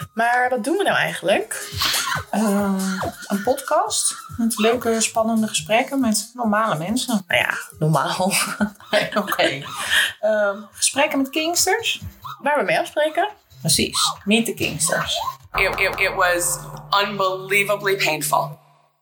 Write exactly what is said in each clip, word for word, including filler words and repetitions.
Maar wat doen we nou eigenlijk? Uh, een podcast met leuke, spannende gesprekken met normale mensen. Nou ja, normaal. Oké. Okay. Uh, gesprekken met Kingsters. Waar we mee afspreken. Precies, meet the Kingsters. It, it, it was unbelievably painful.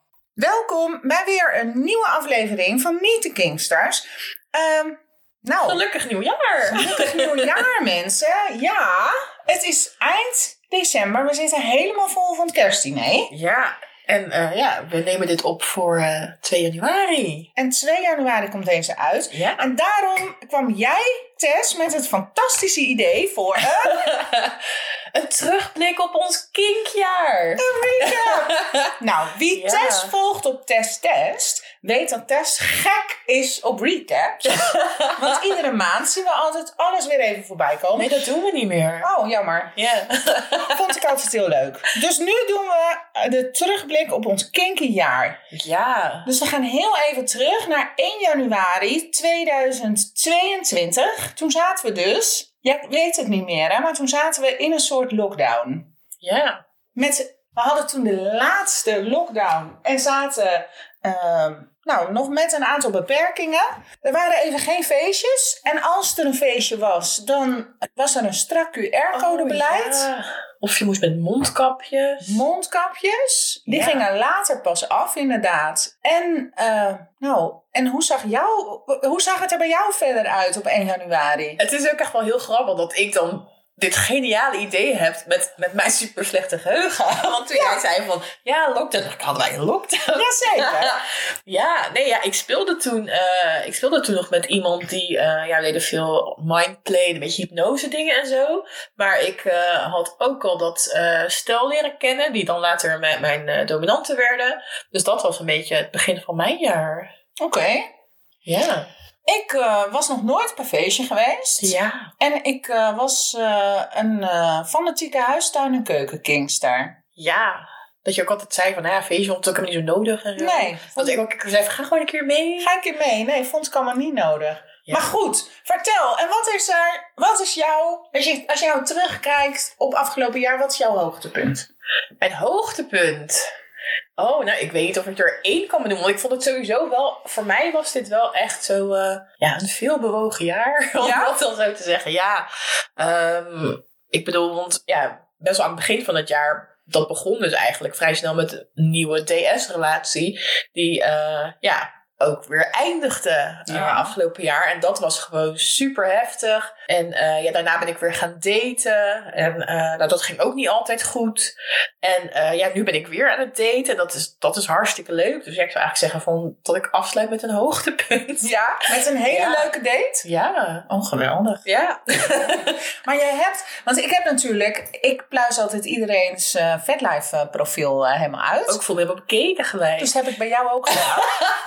Welkom bij weer een nieuwe aflevering van Meet the Kingsters. Um, nou, gelukkig nieuwjaar. Gelukkig nieuwjaar, mensen. Ja, het is eind december. We zitten helemaal vol van het kerstdiner. Ja, en uh, ja, we nemen dit op voor uh, twee januari. En twee januari komt deze uit. Ja. En daarom kwam jij, Tess, met het fantastische idee voor een... een terugblik op ons kinkjaar. Een recap. Nou, wie ja. Tess volgt op Tess Test, weet dat Tess gek is op recaps. Want iedere maand zien we altijd alles weer even voorbij komen. Nee, dat doen we niet meer. Oh, jammer. Ja. Vond ik altijd heel leuk. Dus nu doen we de terugblik op ons kinky jaar. Ja. Dus we gaan heel even terug naar één januari tweeduizend tweeëntwintig. Toen zaten we dus... Jij weet het niet meer, hè? Maar toen zaten we in een soort lockdown. Ja. Met, we hadden toen de laatste lockdown en zaten uh, nou, nog met een aantal beperkingen. Er waren even geen feestjes. En als er een feestje was, dan was er een strak Q R-codebeleid. Oh, ja. Of je moest met mondkapjes. Mondkapjes. Die ja. gingen later pas af, inderdaad. En, uh, nou, en hoe zag, jou, hoe zag het er bij jou verder uit op één januari? Het is ook echt wel heel grappig dat ik dan dit geniale idee heb met, met mijn super slechte geheugen. Want toen ja. jij zei van, ja, lockdown. Dan hadden wij een lockdown. Jazeker. ja, nee, ja, ik speelde toen, uh, ik speelde toen nog met iemand die, uh, ja, we deden veel mindplay, een beetje hypnose dingen en zo. Maar ik uh, had ook al dat uh, stel leren kennen, die dan later mijn, mijn uh, dominanten werden. Dus dat was een beetje het begin van mijn jaar. Oké. Okay. Ja. Ik uh, was nog nooit op een feestje geweest. Ja. En ik uh, was uh, een uh, fanatieke huistuin- en keukenkingster. Ja. Dat je ook altijd zei van, ja, feestje vond ik ook niet zo nodig. En zo. Nee. Dat ik ook zei van, ga gewoon een keer mee. Ga een keer mee. Nee, vond ik allemaal niet nodig. Ja. Maar goed, vertel. En wat is er, wat is jouw, als je, als je nou terugkijkt op afgelopen jaar, wat is jouw hoogtepunt? Mijn hoogtepunt? Oh, nou, ik weet niet of ik er één kan benoemen. Want ik vond het sowieso wel... Voor mij was dit wel echt zo... Uh, ja, een veelbewogen jaar. Om ja? dat wel zo te zeggen. Ja. Um, ik bedoel, want ja, best wel aan het begin van het jaar... Dat begon dus eigenlijk vrij snel met een nieuwe D S-relatie. Die, uh, ja... ook weer eindigde uh, ja. afgelopen jaar. En dat was gewoon super heftig. En uh, ja, daarna ben ik weer gaan daten. En uh, nou, dat ging ook niet altijd goed. En uh, ja, nu ben ik weer aan het daten. Dat is, dat is hartstikke leuk. Dus ja, ik zou eigenlijk zeggen van, dat ik afsluit met een hoogtepunt. Ja, met een hele ja. leuke date? Ja. Oh, geweldig. Ja. Maar jij hebt... Want ik heb natuurlijk... Ik pluis altijd iedereen's uh, Vetlife profiel uh, helemaal uit. Ook voor me hebben bekeken gelijk. Dus heb ik bij jou ook gedaan.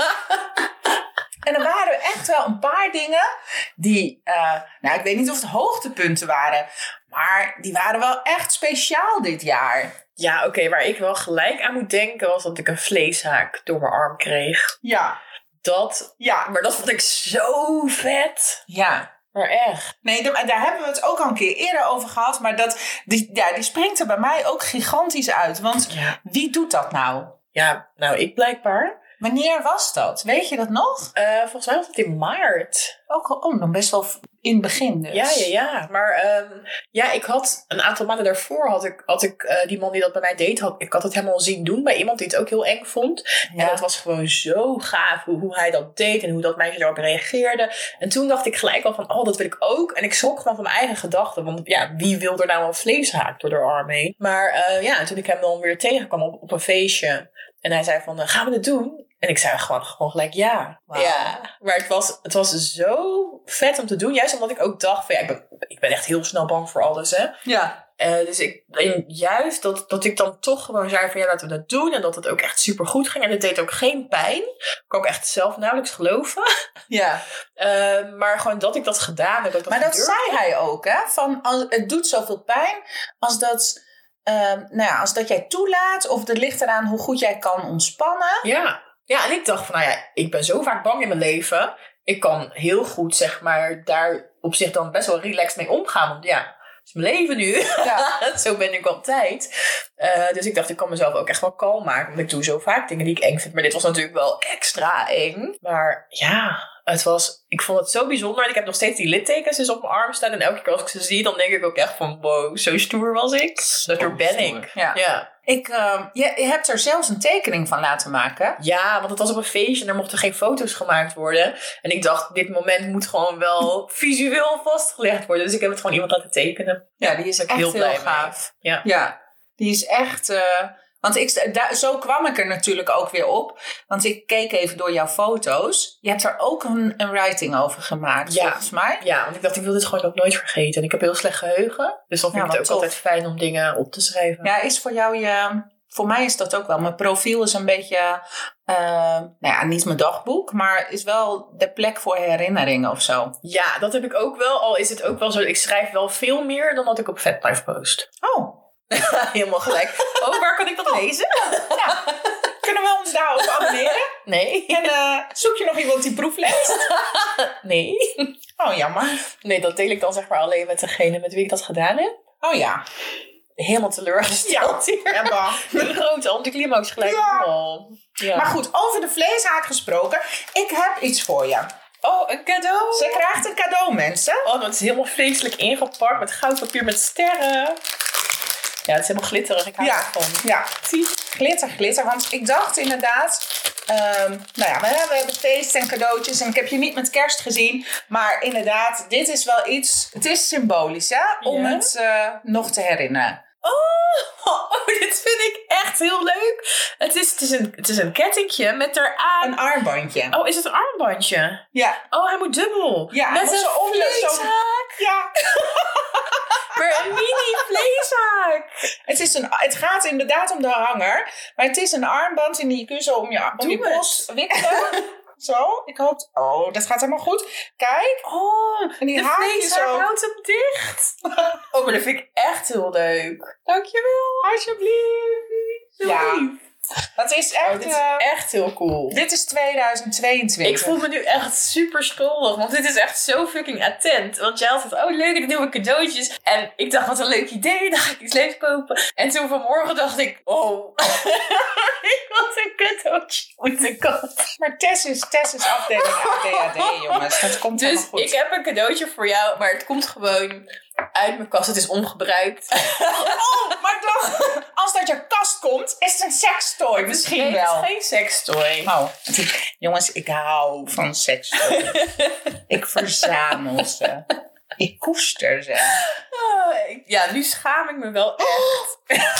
En er waren echt wel een paar dingen die, uh, nou, ik weet niet of het hoogtepunten waren, maar die waren wel echt speciaal dit jaar. Ja, oké, okay, waar ik wel gelijk aan moet denken was dat ik een vleeshaak door mijn arm kreeg. Ja. Dat, ja, maar dat vond ik zo vet. Ja. Maar echt. Nee, daar hebben we het ook al een keer eerder over gehad, maar dat, die, ja, die springt er bij mij ook gigantisch uit. Want ja. Wie doet dat nou? Ja, nou, ik blijkbaar. Wanneer was dat? Weet je dat nog? Uh, volgens mij was het in maart. Ook oh, dan best wel in het begin dus. Ja, ja, ja. Maar um, ja, ik had een aantal maanden daarvoor had ik, had ik uh, die man die dat bij mij deed, had, ik had het helemaal zien doen bij iemand die het ook heel eng vond. Ja. En dat was gewoon zo gaaf hoe, hoe hij dat deed en hoe dat meisje daarop reageerde. En toen dacht ik gelijk al van, oh, dat wil ik ook. En ik schrok gewoon van mijn eigen gedachten. Want ja, wie wil er nou een vleeshaak door de arm heen? Maar uh, ja, toen ik hem dan weer tegenkwam op, op een feestje en hij zei van, uh, gaan we het doen? En ik zei gewoon, gewoon gelijk ja. Wow. Ja. Maar het was, het was zo vet om te doen. Juist omdat ik ook dacht van ja, ik ben, ik ben echt heel snel bang voor alles, hè. Ja. Uh, dus ik, en juist dat, dat ik dan toch gewoon zei van ja, laten we dat doen. En dat het ook echt super goed ging. En het deed ook geen pijn. Ik kon ook echt zelf nauwelijks geloven. Ja. Uh, maar gewoon dat ik dat gedaan heb. Dat ik dat maar dat gedurfd. zei hij ook, hè. Van, als, het doet zoveel pijn als dat... Uh, nou ja, als dat jij toelaat. Of het ligt eraan hoe goed jij kan ontspannen. Ja. Ja, en ik dacht van, nou ja, ik ben zo vaak bang in mijn leven. Ik kan heel goed, zeg maar, daar op zich dan best wel relaxed mee omgaan. Want ja, is mijn leven nu. Ja. Zo ben ik altijd. Uh, dus ik dacht, ik kan mezelf ook echt wel kalm maken. Want ik doe zo vaak dingen die ik eng vind. Maar dit was natuurlijk wel extra eng. Maar ja, het was, ik vond het zo bijzonder. Ik heb nog steeds die littekens dus op mijn arm staan. En elke keer als ik ze zie, dan denk ik ook echt van, wow, zo stoer was ik. Dat er ben ik. Ja. ja. Ik, uh, je, je hebt er zelfs een tekening van laten maken. Ja, want het was op een feestje en er mochten geen foto's gemaakt worden. En ik dacht, dit moment moet gewoon wel visueel vastgelegd worden. Dus ik heb het gewoon iemand laten tekenen. Ja, die is echt heel, heel gaaf. Ja. ja, die is echt... Uh, want ik, da, zo kwam ik er natuurlijk ook weer op. Want ik keek even door jouw foto's. Je hebt er ook een, een writing over gemaakt, ja. volgens mij. Ja, want ik dacht, ik wil dit gewoon ook nooit vergeten. En ik heb heel slecht geheugen. Dus dan vind ja, ik het ook tof. Altijd fijn om dingen op te schrijven. Ja, is voor jou je... Voor mij is dat ook wel. Mijn profiel is een beetje... Uh, nou ja, niet mijn dagboek. Maar is wel de plek voor herinneringen of zo. Ja, dat heb ik ook wel. Al is het ook wel zo... Ik schrijf wel veel meer dan dat ik op FetLife post. Oh. Helemaal gelijk. Oh, waar kan ik dat lezen? Ja. Kunnen we ons daarop abonneren? Nee. En uh, zoek je nog iemand die proef leest? Nee. Oh, jammer. Nee, dat deel ik dan zeg maar alleen met degene met wie ik dat gedaan heb. Oh ja. Helemaal teleurgesteld ja. hier. Ja, een grote anticlimax gelijk. Ja. Oh. Ja. Maar goed, over de vleeshaak gesproken. Ik heb iets voor je. Oh, een cadeau. Ze krijgt een cadeau, mensen. Oh, dat is helemaal vreselijk ingepakt met goudpapier met sterren. Ja, het is helemaal glitterig. Ik hou ja. ervan. Ja, glitter, glitter. Want ik dacht inderdaad... Um, nou ja, we, we hebben feest en cadeautjes. En ik heb je niet met kerst gezien. Maar inderdaad, dit is wel iets... Het is symbolisch, hè? Om ja? het uh, nog te herinneren. Oh, oh, dit vind ik echt heel leuk. Het is, het is, een, het is een kettingje met eraan... Een armbandje. Oh, is het een armbandje? Ja. Oh, hij moet dubbel. Ja, met een vleeshaak. Ja. Maar een mini vleeshaak. Het, is een, het gaat inderdaad om de hanger. Maar het is een armband en die kun je zo om je, om je pols wikkelen. Zo, ik hoop... Oh, dat gaat helemaal goed. Kijk. Oh, en die de vleeshaak houdt hem dicht. Oh, maar dat vind ik echt heel leuk. Dankjewel. Alsjeblieft. Zo ja. lief. Dat is echt, oh, dit is echt heel cool. Dit is tweeduizend tweeëntwintig. Ik voel me nu echt super schuldig. Want dit is echt zo fucking attent. Want jij had het, oh leuk, ik doe cadeautjes. En ik dacht, wat een leuk idee. Dan ga ik iets leuks kopen. En toen vanmorgen dacht ik, oh. Ik had een cadeautje moeten kopen. Maar Tess is, Tess is afdeling A D H D, jongens. Dat komt dus helemaal goed. Ik heb een cadeautje voor jou. Maar het komt gewoon... uit mijn kast, het is ongebruikt. Oh, maar dan, als dat je kast komt, is het een sextoy misschien nee, wel. Het is geen sextoy. Oh, jongens, ik hou van sextoy. Ik verzamel ze. Ik koester ze. Oh, ja, nu schaam ik me wel echt.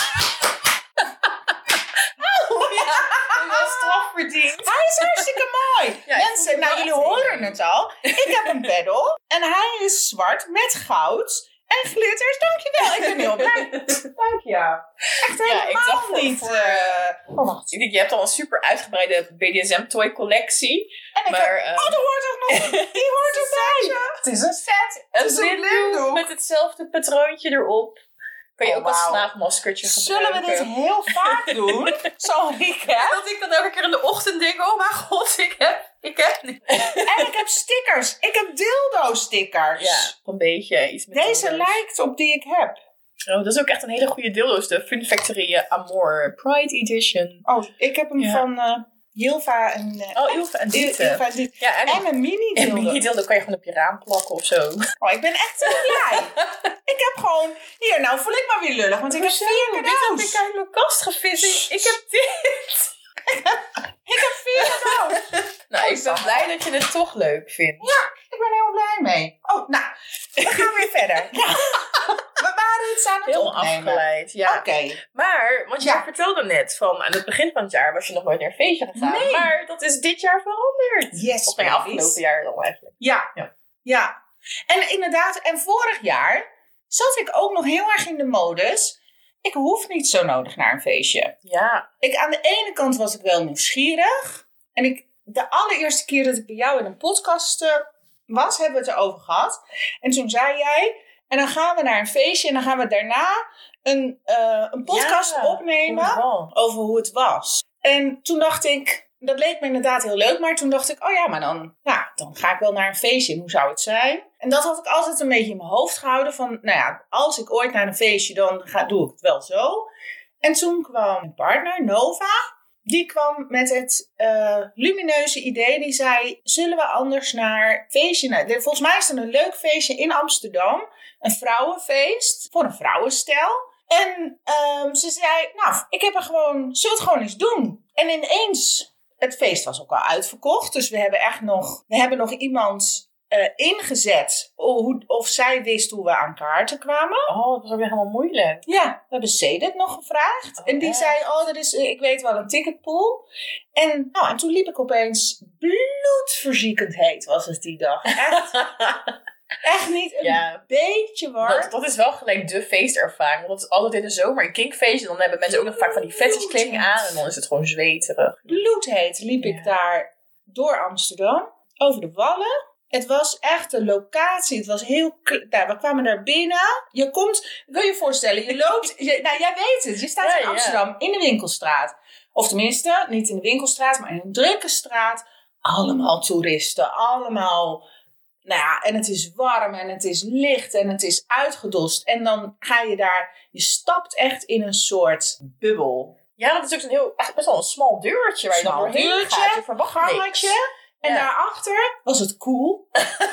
Oh ja, ik heb straf verdiend. Hij is hartstikke mooi. Ja, mensen, nou jullie horen het al. Ik heb een peddel en hij is zwart met goud. En glitters, dankjewel. Ik ben heel blij. Dank je. Echt helemaal ja, ik dacht niet. Voor, uh... oh, wacht. Ik denk, je hebt al een super uitgebreide B D S M-toy collectie. En ik maar, heb... Uh... Oh, dat hoort ook nog. Die hoort erbij. Het is een set. Een winddoek met hetzelfde patroontje erop. Kan je oh, ook wow. als slaapmaskertje gebruiken. Zullen we dit heel vaak doen? Zo'n recap. Dat ik dan elke keer in de ochtend denk, oh mijn god, ik heb, ik heb niet. En ik heb stickers. Ik heb dildo stickers. Ja, een beetje iets met deze dildo's. Lijkt op die ik heb. Oh, dat is ook echt een hele goede dildo's. De Fun Factory Amore Pride Edition. Oh, ik heb hem ja. van... Uh, Jilva en... Uh, oh, Jilva en Diete. Jilva en, Diete. Ja, en, en een mini dildo. Een mini dildo kan je gewoon op je raam plakken of zo. Oh, ik ben echt heel blij. Ik heb gewoon... Hier, nou voel ik maar weer lullig, want ik heb vier cadeaus. Dit heb ik uit mijn kast gevist. Ik heb dit. Ik heb vier cadeaus. Nou, ik ben blij dat je het toch leuk vindt. Ja, ik ben heel blij mee. Oh, nou, we gaan weer verder. Ja. We waren iets aan het heel opnemen. afgeleid, ja. Oké. Okay. Maar, want jij ja. vertelde net van aan het begin van het jaar was je nog nooit naar een feestje gegaan. Nee. Maar dat is dit jaar veranderd. Yes, of nee, afgelopen jaar dan eigenlijk. Ja. ja. Ja. En inderdaad, en vorig jaar zat ik ook nog heel erg in de modus. Ik hoef niet zo nodig naar een feestje. Ja. Ik, aan de ene kant was ik wel nieuwsgierig. En ik, de allereerste keer dat ik bij jou in een podcast uh, was, hebben we het erover gehad. En toen zei jij, en dan gaan we naar een feestje en dan gaan we daarna een, uh, een podcast ja, opnemen hoe over hoe het was. En toen dacht ik, dat leek me inderdaad heel leuk. Maar toen dacht ik, oh ja, maar dan, ja, dan ga ik wel naar een feestje. En hoe zou het zijn? En dat had ik altijd een beetje in mijn hoofd gehouden. Van, nou ja, als ik ooit naar een feestje, dan ga, doe ik het wel zo. En toen kwam mijn partner, Nova. Die kwam met het uh, lumineuze idee. Die zei, zullen we anders naar een feestje? Nou, volgens mij is er een leuk feestje in Amsterdam. Een vrouwenfeest voor een vrouwenstel. En um, ze zei, nou, ik heb er gewoon, zullen we het gewoon eens doen? En ineens, het feest was ook al uitverkocht. Dus we hebben echt nog, we hebben nog iemand uh, ingezet. Hoe, of zij wist hoe we aan kaarten kwamen. Oh, dat was ook weer helemaal moeilijk. Ja, we hebben Cedit nog gevraagd. Oh, en die echt? zei, oh, er is, ik weet wel, een ticketpool. En, nou, en toen liep ik opeens bloedverziekend heet was het die dag. Echt. Echt niet een ja, beetje warm. Dat, dat is wel gelijk de feestervaring. Want dat is altijd in de zomer een kinkfeestje. Dan hebben mensen ook nog vaak van die fetishkleding aan. En dan is het gewoon zweterig. Bloedheet liep ja. ik daar door Amsterdam. Over de Wallen. Het was echt een locatie. Het was heel... Nou, we kwamen daar binnen. Je komt... Wil je je voorstellen? Je loopt... Je, nou, jij weet het. Je staat ja, in Amsterdam. Ja. In de winkelstraat. Of tenminste, niet in de winkelstraat. Maar in een drukke straat. Allemaal toeristen. Allemaal... Nou ja, en het is warm en het is licht en het is uitgedost. En dan ga je daar, je stapt echt in een soort bubbel. Ja, dat is ook zo'n heel, echt best wel een smal deurtje waar je dan doorheen deurtje, gaat. Je verwacht gangetje. En ja. daarachter was het cool.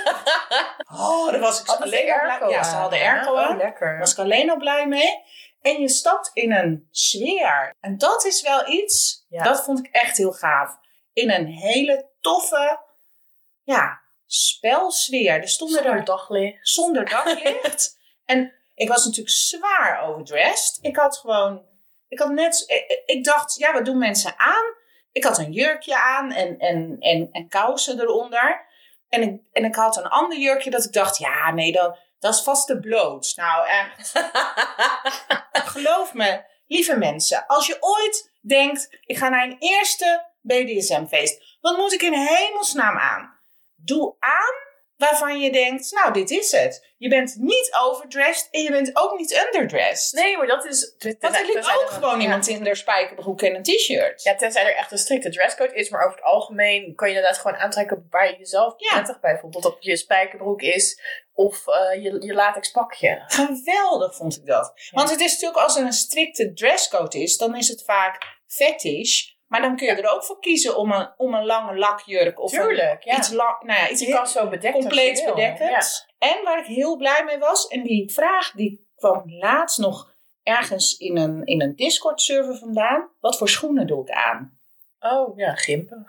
Oh, daar was ik Hadden alleen al blij. Ja, ze hadden airco aan. Oh, lekker. Daar was ik alleen al blij mee. En je stapt in een sfeer. En dat is wel iets, ja. dat vond ik echt heel gaaf. In een hele toffe, ja... spelsfeer. Er stonden zonder er daglicht. Zonder daglicht. En ik was natuurlijk zwaar overdressed. Ik had gewoon... Ik had net... Ik, ik dacht, ja, wat doen mensen aan? Ik had een jurkje aan en, en, en, en kousen eronder. En ik, en ik had een ander jurkje dat ik dacht, ja, nee, dan, dat is vast te bloot. Nou, echt. Geloof me, lieve mensen. Als je ooit denkt, ik ga naar een eerste B D S M-feest. Wat moet ik in hemelsnaam aan? Doe aan waarvan je denkt, nou, dit is het. Je bent niet overdressed en je bent ook niet underdressed. Nee, maar dat is... Want er liep ook gewoon ja. iemand in de spijkerbroek en een t-shirt. Ja, tenzij er echt een strikte dresscode is. Maar over het algemeen kan je inderdaad gewoon aantrekken waar je jezelf ja. prettig bij voelt. Of dat je spijkerbroek is of uh, je, je latex pakje. Geweldig vond ik dat. Ja. Want het is natuurlijk, als er een strikte dresscode is, dan is het vaak fetish. Maar dan kun je ja. er ook voor kiezen om een, om een lange lakjurk. Of Tuurlijk, een, ja. iets, la, nou ja, iets je kan zo bedekt compleet bedekkend. Ja. En waar ik heel blij mee was, en die vraag die kwam laatst nog ergens in een, in een Discord-server vandaan. Wat voor schoenen doe ik aan? Oh, ja, gimpen.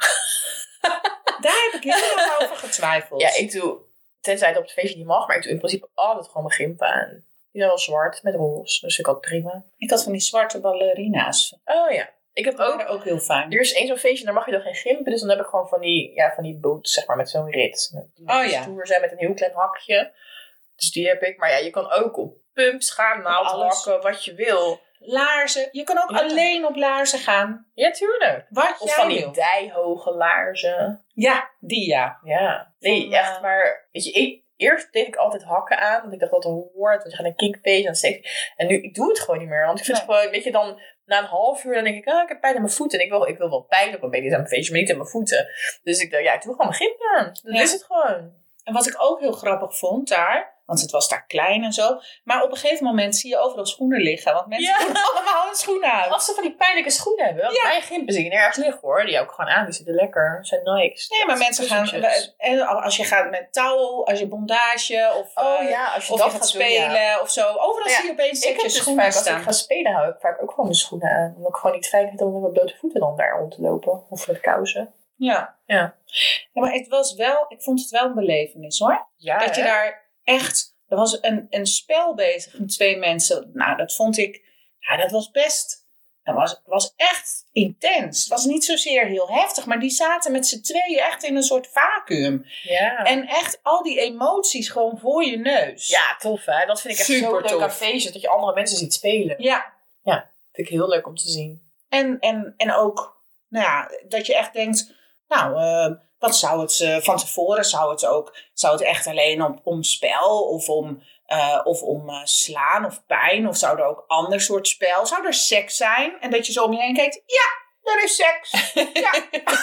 Daar heb ik heel erg over getwijfeld. Ja, ik doe, tenzij het op het feestje niet mag, maar ik doe in principe altijd gewoon mijn gimpen aan. Die zijn wel zwart met roze, dus ik had prima. Ik had van die zwarte ballerina's. Oh ja. Ik heb ook, ook heel fijn. Er is één zo'n feestje, daar mag je dan geen gimpen. Dus dan heb ik gewoon van die, ja, van die boots, zeg maar, met zo'n rit. Die oh ja. stoer zijn met een heel klein hakje. Dus die heb ik. Maar ja, je kan ook op pumps gaan, naaldhakken, wat je wil. Laarzen. Je kan ook ja. alleen op laarzen gaan. Ja, tuurlijk. Wat of jij van die wil. dijhoge laarzen. Ja, die ja. Ja. Nee, van, echt. Maar, weet je, ik... Eerst deed ik altijd hakken aan, want ik dacht dat het hoort. Want je gaat een kinkfeest en steek. En nu, ik doe het gewoon niet meer. Want ik vind nee. het gewoon, weet je, dan na een half uur, dan denk ik, ah, ik heb pijn aan mijn voeten. En ik wil, ik wil wel pijn op een B D S M-feestje, maar niet aan mijn voeten. Dus ik dacht, ja, ik doe gewoon mijn gimpen aan. Dat ja. is het gewoon. En wat ik ook heel grappig vond daar, want het was daar klein en zo. Maar op een gegeven moment zie je overal schoenen liggen. Want mensen ja. doen allemaal hun schoenen aan. Als ze van die pijnlijke schoenen hebben. Want ja. mijn gimpen zie je nergens liggen hoor. Die ook gewoon aan. Die zitten lekker. Dat zijn Nikes. Nee, maar mensen gaan... En als je gaat met touw, als je bondage of, oh, ja, als je, of dat je gaat gaat spelen doen, ja. of zo. Overal ja. zie je opeens ik heb je schoenen dus vaak, staan. Als ik ga spelen hou ik vaak ook gewoon mijn schoenen aan. Omdat ik gewoon niet fijn vind om met mijn blote voeten dan daar rond te lopen. Of met kousen. Ja. Ja. ja. Maar het was wel... Ik vond het wel een belevenis hoor. Ja, dat je hè? daar echt... Er was een, een spel bezig met twee mensen. Nou, dat vond ik... Ja, dat was best... Dat was, was echt intens. Het was niet zozeer heel heftig. Maar die zaten met z'n tweeën echt in een soort vacuüm. Ja. En echt al die emoties gewoon voor je neus. Ja, tof hè. Dat vind ik echt super zo leuk tof. aan feestjes. Dat je andere mensen ziet spelen. Ja. Ja, vind ik heel leuk om te zien. En, en, en ook... Nou ja, dat je echt denkt... Nou... Uh, Wat zou het uh, van tevoren, zou het ook, zou het echt alleen om, om spel of om, uh, of om uh, slaan of pijn? Of zou er ook ander soort spel, zou er seks zijn? En dat je zo om je heen kijkt, ja, er is seks. Ja.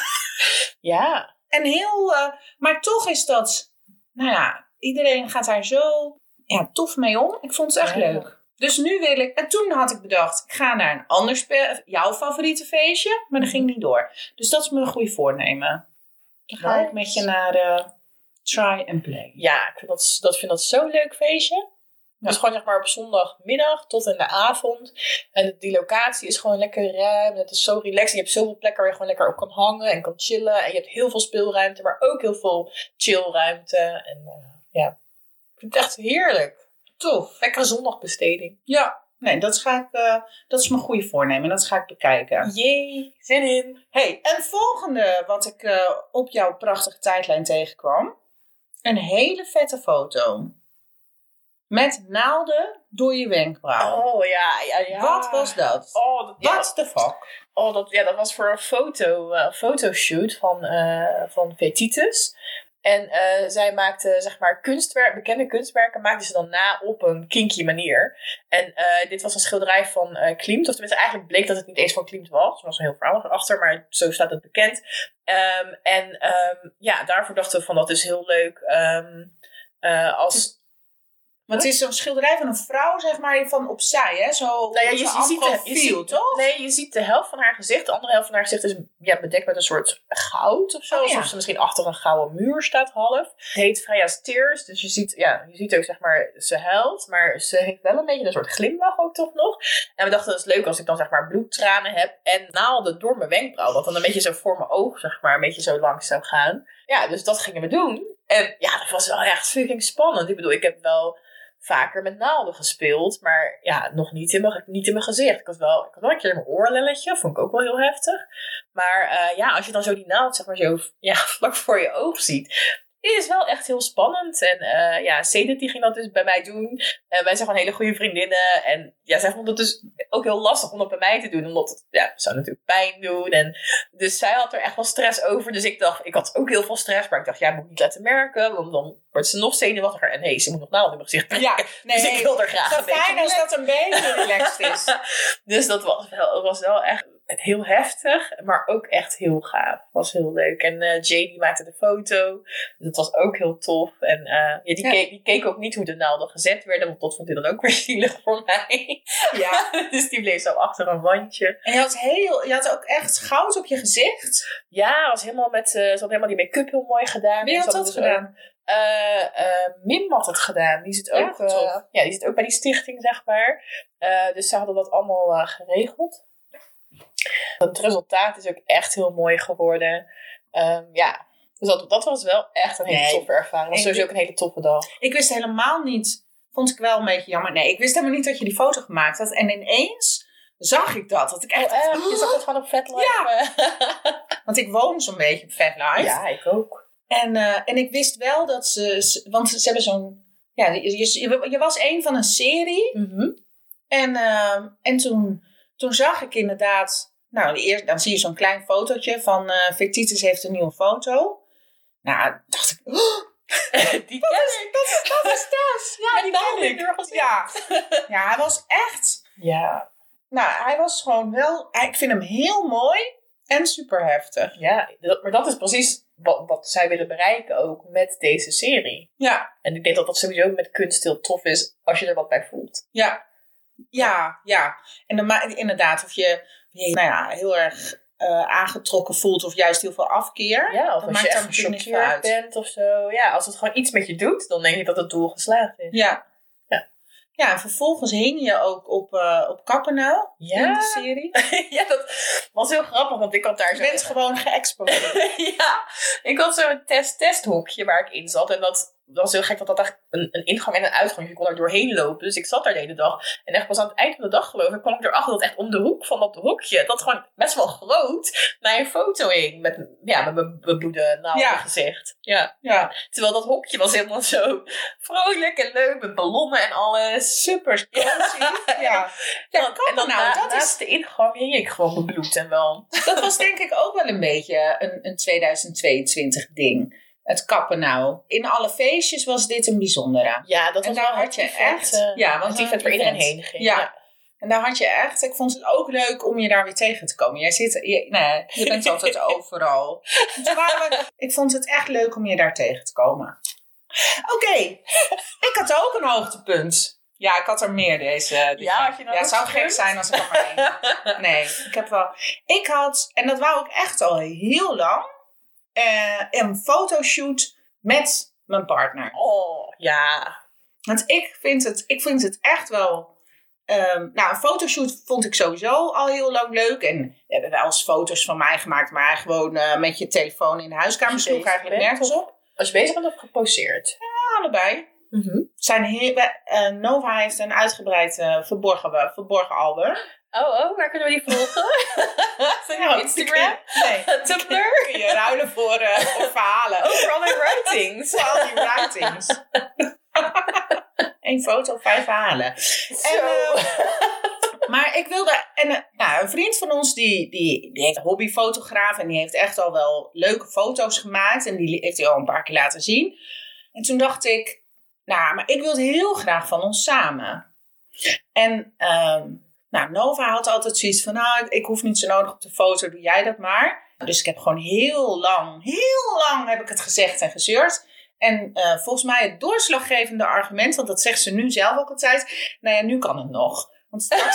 Ja. En heel, uh, maar toch is dat, nou ja, iedereen gaat daar zo ja, tof mee om. Ik vond het echt ja. leuk. Dus nu wil ik, en toen had ik bedacht, ik ga naar een ander spe- jouw favoriete feestje, maar dat ging niet door. Dus dat is mijn goede voornemen. Dan ga nice. ik met je naar uh, Try and Play. Ja, ik vind dat, dat, vind dat zo'n leuk feestje. Ja. Dus gewoon zeg maar op zondagmiddag tot in de avond. En die locatie is gewoon lekker ruim. Het is zo relaxed. En je hebt zoveel plekken waar je gewoon lekker op kan hangen en kan chillen. En je hebt heel veel speelruimte, maar ook heel veel chillruimte. En uh, ja, ik vind het echt heerlijk. Tof. Lekkere zondagbesteding. Ja. Nee, dat, ga ik, uh, dat is mijn goede voornemen. Dat ga ik bekijken. Jee, zin in. Hey, en volgende wat ik uh, op jouw prachtige tijdlijn tegenkwam. Een hele vette foto. Met naalden door je wenkbrauw. Oh ja, ja, ja. Wat was dat? Oh, dat What the fuck? Oh, dat, ja, dat was voor een foto, uh, fotoshoot van, uh, van Vetitus. En uh, zij maakte, zeg maar, kunstwerk, bekende kunstwerken maakte ze dan na op een kinky manier. En uh, dit was een schilderij van uh, Klimt. Of tenminste, eigenlijk bleek dat het niet eens van Klimt was. Er was een heel verhaal achter, maar zo staat het bekend. Um, en um, ja, daarvoor dachten we van, dat is heel leuk. Um, uh, als... Want het is zo'n schilderij van een vrouw, zeg maar, van opzij, hè? Zo, nou ja, je, je, ziet de, je ziet toch? Nee, je ziet de helft van haar gezicht. De andere helft van haar gezicht is ja, bedekt met een soort goud of zo. Oh, ja. Alsof ze misschien achter een gouden muur staat half. Het heet Freya's Tears. Dus je ziet, ja, je ziet ook, zeg maar, ze huilt. Maar ze heeft wel een beetje een soort glimlach ook toch nog. En we dachten, dat is leuk als ik dan, zeg maar, bloedtranen heb. En naalden door mijn wenkbrauw. Dat dan een beetje zo voor mijn oog, zeg maar, een beetje zo langs zou gaan. Ja, dus dat gingen we doen. En ja, dat was wel echt fucking spannend. Ik bedoel, ik heb wel vaker met naalden gespeeld, maar ja, nog niet in mijn, niet in mijn gezicht. Ik had wel, ik had wel een keer in mijn oorlelletje, vond ik ook wel heel heftig. Maar uh, ja, als je dan zo die naald, zeg maar, zo ja, vlak voor je oog ziet, is wel echt heel spannend. En uh, ja, Sedit die ging dat dus bij mij doen. Uh, wij zijn gewoon hele goede vriendinnen. En ja, zij vond het dus ook heel lastig om dat bij mij te doen. Omdat het ja, zou natuurlijk pijn doen. En dus zij had er echt wel stress over. Dus ik dacht, ik had ook heel veel stress. Maar ik dacht, ja, moet ik niet laten merken. Want dan wordt ze nog zenuwachtiger. En nee, ze moet nog naald in mijn gezicht prikken. Ja, nee, dus ik wil er graag een beetje. Fijn als dat een beetje relaxed is. Dus dat was wel, was wel echt heel heftig, maar ook echt heel gaaf. Was heel leuk. En uh, Jay die maakte de foto. Dus dat was ook heel tof. En uh, ja, die, ja. Keek, die keek ook niet hoe de naalden gezet werden. Want dat vond hij dan ook weer zielig voor mij. Ja. Dus die bleef zo achter een wandje. En je had, heel, je had ook echt goud op je gezicht. Ja, was helemaal met, uh, ze had helemaal die make-up heel mooi gedaan. Wie had dat dus gedaan? Ook, Uh, uh, Mim had het gedaan. Die zit ook, ja, uh, ja, die zit ook bij die stichting, zeg maar. Uh, dus ze hadden dat allemaal uh, geregeld. Het resultaat is ook echt heel mooi geworden. Um, ja, dus dat, dat was wel echt een hele nee. toffe ervaring. Het was sowieso ook een hele toffe dag. Ik wist helemaal niet, vond ik wel een beetje jammer. Nee, ik wist helemaal niet dat je die foto gemaakt had. En ineens zag ik dat. Dat ik echt, oh, uh, je zag het gewoon op Fatlife. Ja. Want ik woon zo'n beetje op Fatlife. Ja, ik ook. En, uh, en ik wist wel dat ze, want ze hebben zo'n, ja, je, je, je was een van een serie. Mm-hmm. En, uh, en toen, toen zag ik inderdaad, nou, eerst, dan zie je zo'n klein fotootje van uh, Vetitus heeft een nieuwe foto. Nou, dacht ik, oh, die Tess. Dat is, dat is Tess. Ja, die ken ik. Ja. Ja, hij was echt, ja. Nou, hij was gewoon wel, ik vind hem heel mooi en super heftig. Ja, dat, maar dat is precies Wat, wat zij willen bereiken ook met deze serie. Ja. En ik denk dat dat sowieso met kunst heel tof is als je er wat bij voelt. Ja. Ja, ja. En dan, inderdaad, of je, je nou ja, heel erg uh, aangetrokken voelt of juist heel veel afkeer. Ja, of als je echt gechoqueerd bent of zo. Ja, als het gewoon iets met je doet, dan denk ik dat het doel geslaagd is. Ja. Ja, en vervolgens hing je ook op, uh, op Kappenau ja. in de serie. Ja, dat was heel grappig, want ik had daar zo... Je bent gewoon geëxposeerd. Ja, ik had zo'n test-testhokje waar ik in zat. En dat was heel gek, dat dat echt een, een ingang en een uitgang. Je kon er doorheen lopen, dus ik zat daar de hele dag. En echt pas aan het eind van de dag, geloof ik, kwam ik erachter dat echt om de hoek van dat hokje, dat gewoon best wel groot, mijn foto hing. Met, ja, met mijn bebloede naalden ja. gezicht. Ja. Ja. Terwijl dat hokje was helemaal zo vrolijk en leuk, met ballonnen en alles. Super cozy. Ja. Ja, ja, en dan nou, na, dat naast is... de ingang hing ik gewoon bebloed en wel. Dat was denk ik ook wel een beetje een, een tweeduizend tweeëntwintig ding. Het Kappenau. In alle feestjes was dit een bijzondere. Ja, dat was en daar wel had je echt. Uh, ja, want die vet waar iedereen heen ging. Ja. Ja. En daar had je echt... Ik vond het ook leuk om je daar weer tegen te komen. Jij zit... Je, nee, je bent altijd overal. Toen waren we, ik vond het echt leuk om je daar tegen te komen. Oké. Okay. Ik had ook een hoogtepunt. Ja, ik had er meer deze. Ja, had je nou ja, het zou gek zijn als ik er maar één. Nee, ik heb wel... Ik had, en dat wou ik echt al heel lang, uh, een fotoshoot met mijn partner. Oh, ja. Want ik vind het, ik vind het echt wel... Um, nou, een fotoshoot vond ik sowieso al heel lang leuk. En we hebben wel eens foto's van mij gemaakt, maar gewoon uh, met je telefoon in de huiskamer. Sloeg eigenlijk nergens op. Als je bezig bent of geposeerd? Ja, allebei. Mm-hmm. Zijn heel, uh, Nova heeft een uitgebreid uh, verborgen, verborgen album. Oh, oh, waar kunnen we die volgen? Ja, Instagram? Nee. Tumblr? Kun je ruilen voor, uh, voor verhalen. Oh, voor al die writings. Voor al die writings. Eén foto, vijf verhalen. Zo. En, uh, maar ik wilde... En, uh, nou, een vriend van ons, die, die, die heeft een hobbyfotograaf. En die heeft echt al wel leuke foto's gemaakt. En die heeft hij al een paar keer laten zien. En toen dacht ik... Nou, maar ik wil het heel graag van ons samen. En... Um, Nou, Nova had altijd zoiets van, nou, ik hoef niet zo nodig op de foto, doe jij dat maar. Dus ik heb gewoon heel lang, heel lang heb ik het gezegd en gezeurd. En uh, volgens mij het doorslaggevende argument, want dat zegt ze nu zelf ook altijd. Nou ja, nu kan het nog. Want straks,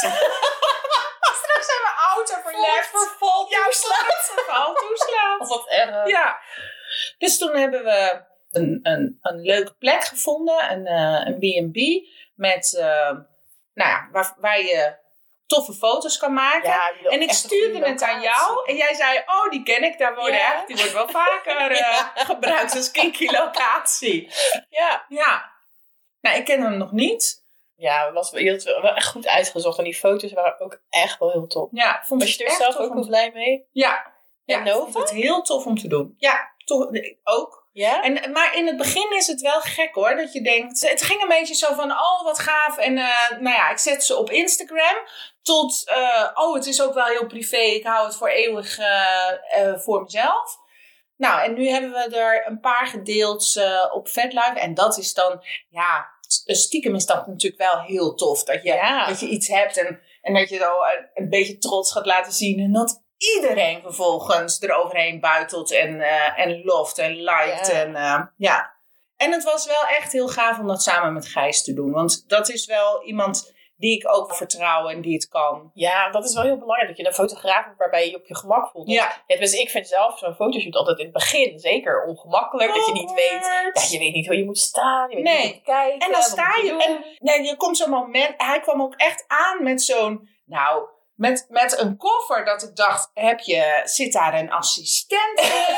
straks zijn we auto verlegd. Verval Ja, straks verval toeslaat. Of wat erg. Ja. Dus toen hebben we een, een, een leuke plek gevonden, een, uh, een B en B, met, uh, nou ja, waar, waar je... toffe foto's kan maken. Ja, en ik stuurde het aan jou. En jij zei, oh, die ken ik. Daar worden ja. echt, die wordt wel vaker uh, gebruikt als kinky locatie. Ja. Ja. Nou, ik ken hem nog niet. Ja, was, je had het wel echt goed uitgezocht. En die foto's waren ook echt wel heel tof. Ja, vond was je er zelf ook wel blij mee? Ja. Ja, en Nova? Ik vond het heel tof om te doen. Ja, toch, ook. Ja? En, maar in het begin is het wel gek hoor, dat je denkt... Het ging een beetje zo van, oh wat gaaf. En uh, nou ja, ik zet ze op Instagram. Tot, uh, oh het is ook wel heel privé. Ik hou het voor eeuwig uh, uh, voor mezelf. Nou, en nu hebben we er een paar gedeeld uh, op VetLife. En dat is dan, ja, stiekem is dat natuurlijk wel heel tof. Dat je, ja. dat je iets hebt en, en dat je zo een, een beetje trots gaat laten zien. En dat iedereen vervolgens eroverheen buitelt en, uh, en loft en liked. Ja. En, uh, ja. en het was wel echt heel gaaf om dat samen met Gijs te doen. Want dat is wel iemand die ik ook vertrouw en die het kan. Ja, dat is wel heel belangrijk. Dat je een fotograaf hebt waarbij je je op je gemak voelt. Ja. Ja, dus ik vind zelf zo'n fotoshoot altijd in het begin zeker ongemakkelijk. Oh, dat je niet weet, ja, je weet niet hoe je moet staan. Je weet nee. niet hoe je moet kijken. En dan sta je... je en, nee, je komt zo'n moment... Hij kwam ook echt aan met zo'n... Nou... Met, met een koffer dat ik dacht, heb je, zit daar een assistent in?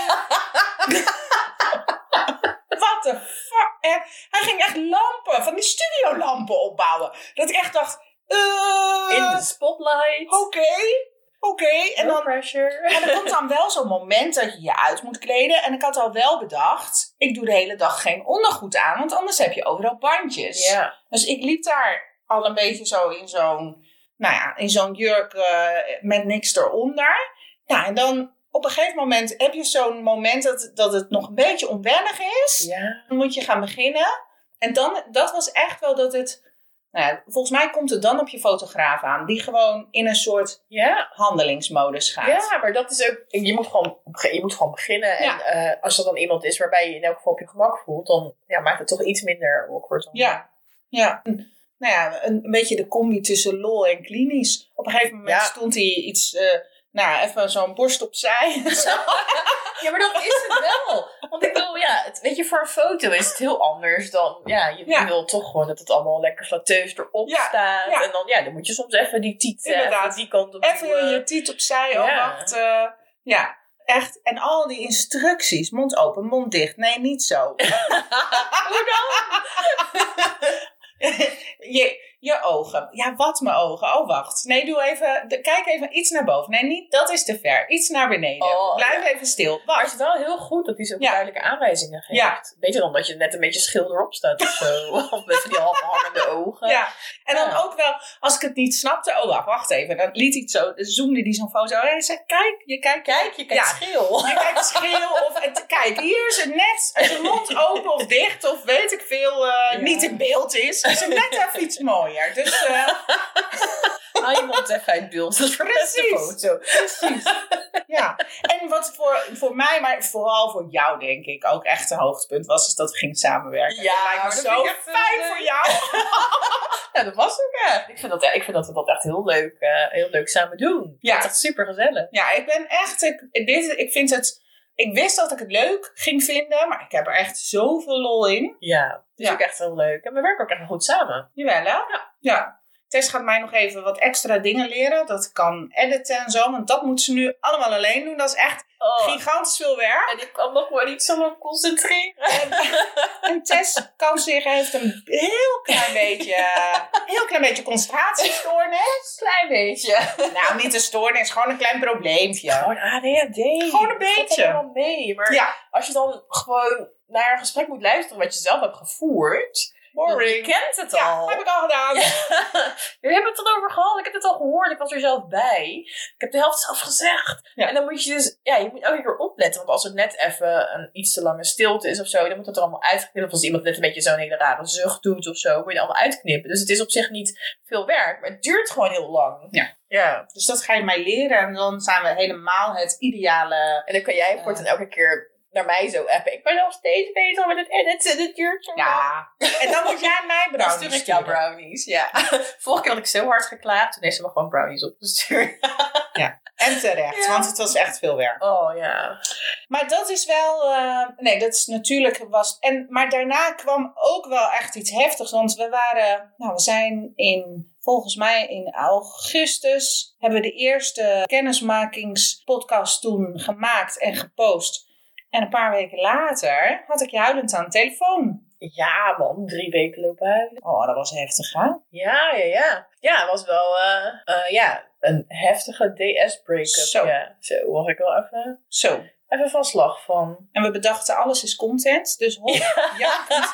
Wat de fuck? En hij ging echt lampen, van die studiolampen opbouwen. Dat ik echt dacht... Uh, in de spotlight. Oké, okay, oké. Okay. En no dan, pressure. En er komt dan wel zo'n moment dat je je uit moet kleden. En ik had al wel bedacht, ik doe de hele dag geen ondergoed aan. Want anders heb je overal bandjes. Ja. Dus ik liep daar al een beetje zo in zo'n... Nou ja, in zo'n jurk uh, met niks eronder. Ja, en dan op een gegeven moment heb je zo'n moment dat, dat het nog een beetje onwennig is. Ja. Dan moet je gaan beginnen. En dan, dat was echt wel dat het... Nou ja, volgens mij komt het dan op je fotograaf aan. Die gewoon in een soort ja. handelingsmodus gaat. Ja, maar dat is ook... Je moet gewoon, je moet gewoon beginnen. Ja. En uh, als er dan iemand is waarbij je in elk geval op je gemak voelt... dan ja, maakt het toch iets minder awkward. Dan. Ja, ja. Nou ja, een, een beetje de combi tussen lol en klinisch. Op een gegeven moment ja. stond hij iets... Uh, nou, even zo'n borst opzij. Ja, maar dat is het wel. Want ik wil, ja, het, weet je, voor een foto is het heel anders dan... Ja, je, ja. je wil toch gewoon dat het allemaal lekker flatteus erop ja. staat. Ja. En dan, ja, dan moet je soms even die tiet... Even die kant op. Even doen, je tiet opzij, ja. oh wacht. Uh, ja, echt. En al die instructies. Mond open, mond dicht. Nee, niet zo. Hoe dan? je, je ogen. Ja, wat mijn ogen? Oh, wacht. Nee, doe even... De, kijk even iets naar boven. Nee, niet. Dat is te ver. Iets naar beneden. Oh, Blijf ja. even stil. Wacht. Maar het is wel heel goed dat hij zo ja. duidelijke aanwijzingen geeft. Ja. Beter dan dat je net een beetje schil erop staat of zo. Of met die half hangende ogen. Ja. En dan ja. ook wel, als ik het niet snapte... Oh, wacht, wacht even. Dan liet hij het zo... Zoomde hij zo'n foto. En hij zei, kijk, je kijkt... Kijk, je kijkt ja. schil. Je kijkt schil. Of het, kijk, hier is het net... Als je mond open of dicht of weet ik veel... Uh, ja. niet in beeld is... is het net even iets mooier. Dus, uh, Haal iemand even uit beeld. Dat is voor de foto. Precies. Ja. En wat voor, voor mij, maar vooral voor jou denk ik, ook echt een hoogtepunt was, is dat we gingen samenwerken. Ja, dat lijkt me zo fijn voor jou. Ja, dat was ook echt. Ik vind dat, ik vind dat we dat echt heel leuk, uh, heel leuk samen doen. Ja. Dat is echt super gezellig. Ja, ik ben echt, ik, dit, ik vind het, ik wist dat ik het leuk ging vinden, maar ik heb er echt zoveel lol in. Ja, het is Ja. ook echt heel leuk. En we werken ook echt goed samen. Jawel, hè? Ja. ja. Tess gaat mij nog even wat extra dingen leren. Dat ik kan editen en zo. Want dat moet ze nu allemaal alleen doen. Dat is echt Oh. gigantisch veel werk. En ik kan nog maar niet zo lang concentreren. En, en Tess kan zich, heeft een heel klein beetje, heel klein beetje concentratiestoornis. Klein beetje. Nou, niet een stoornis, gewoon een klein probleempje. Gewoon A D H D. Gewoon een Dat valt beetje. allemaal mee. Maar Ja, als je dan gewoon naar een gesprek moet luisteren wat je zelf hebt gevoerd. Je boring. kent het Ja, al. heb ik al gedaan. We hebben het erover gehad. Ik heb het al gehoord. Ik was er zelf bij. Ik heb de helft zelf gezegd. Ja. En dan moet je dus... Ja, je moet elke keer opletten. Want als het net even een iets te lange stilte is of zo... Dan moet het er allemaal uitknippen. Of als iemand net een beetje zo'n hele rare zucht doet of zo... Moet je het allemaal uitknippen. Dus het is op zich niet veel werk. Maar het duurt gewoon heel lang. Ja. Ja. Dus dat ga je mij leren. En dan zijn we helemaal het ideale... En dan kan jij voortaan elke keer naar mij zo appen. Ik ben nog steeds bezig met het editen. En het duurt zo lang. Ja. En dan moet jij mij Dan brownies stuur ik jou sturen. brownies, ja. Vorige keer had ik zo hard geklaagd. Toen heeft ze me gewoon brownies opgestuurd. En terecht, Ja. want het was echt veel werk. Oh ja. Maar dat is wel... uh, nee, dat is natuurlijk... Was, en, maar daarna kwam ook wel echt iets heftigs. Want we waren... Nou, we zijn in... Volgens mij in augustus... hebben we de eerste kennismakingspodcast toen gemaakt en gepost. En een paar weken later had ik je huilend aan de telefoon. Ja man, drie weken lopen huilen. Oh, dat was heftig, hè? Ja, ja, ja. Ja, het was wel uh, uh, ja, een heftige D S-breakup. Zo. Ja, zo was ik wel even, Zo. even van slag van. En we bedachten, alles is content. Dus hop, jankend,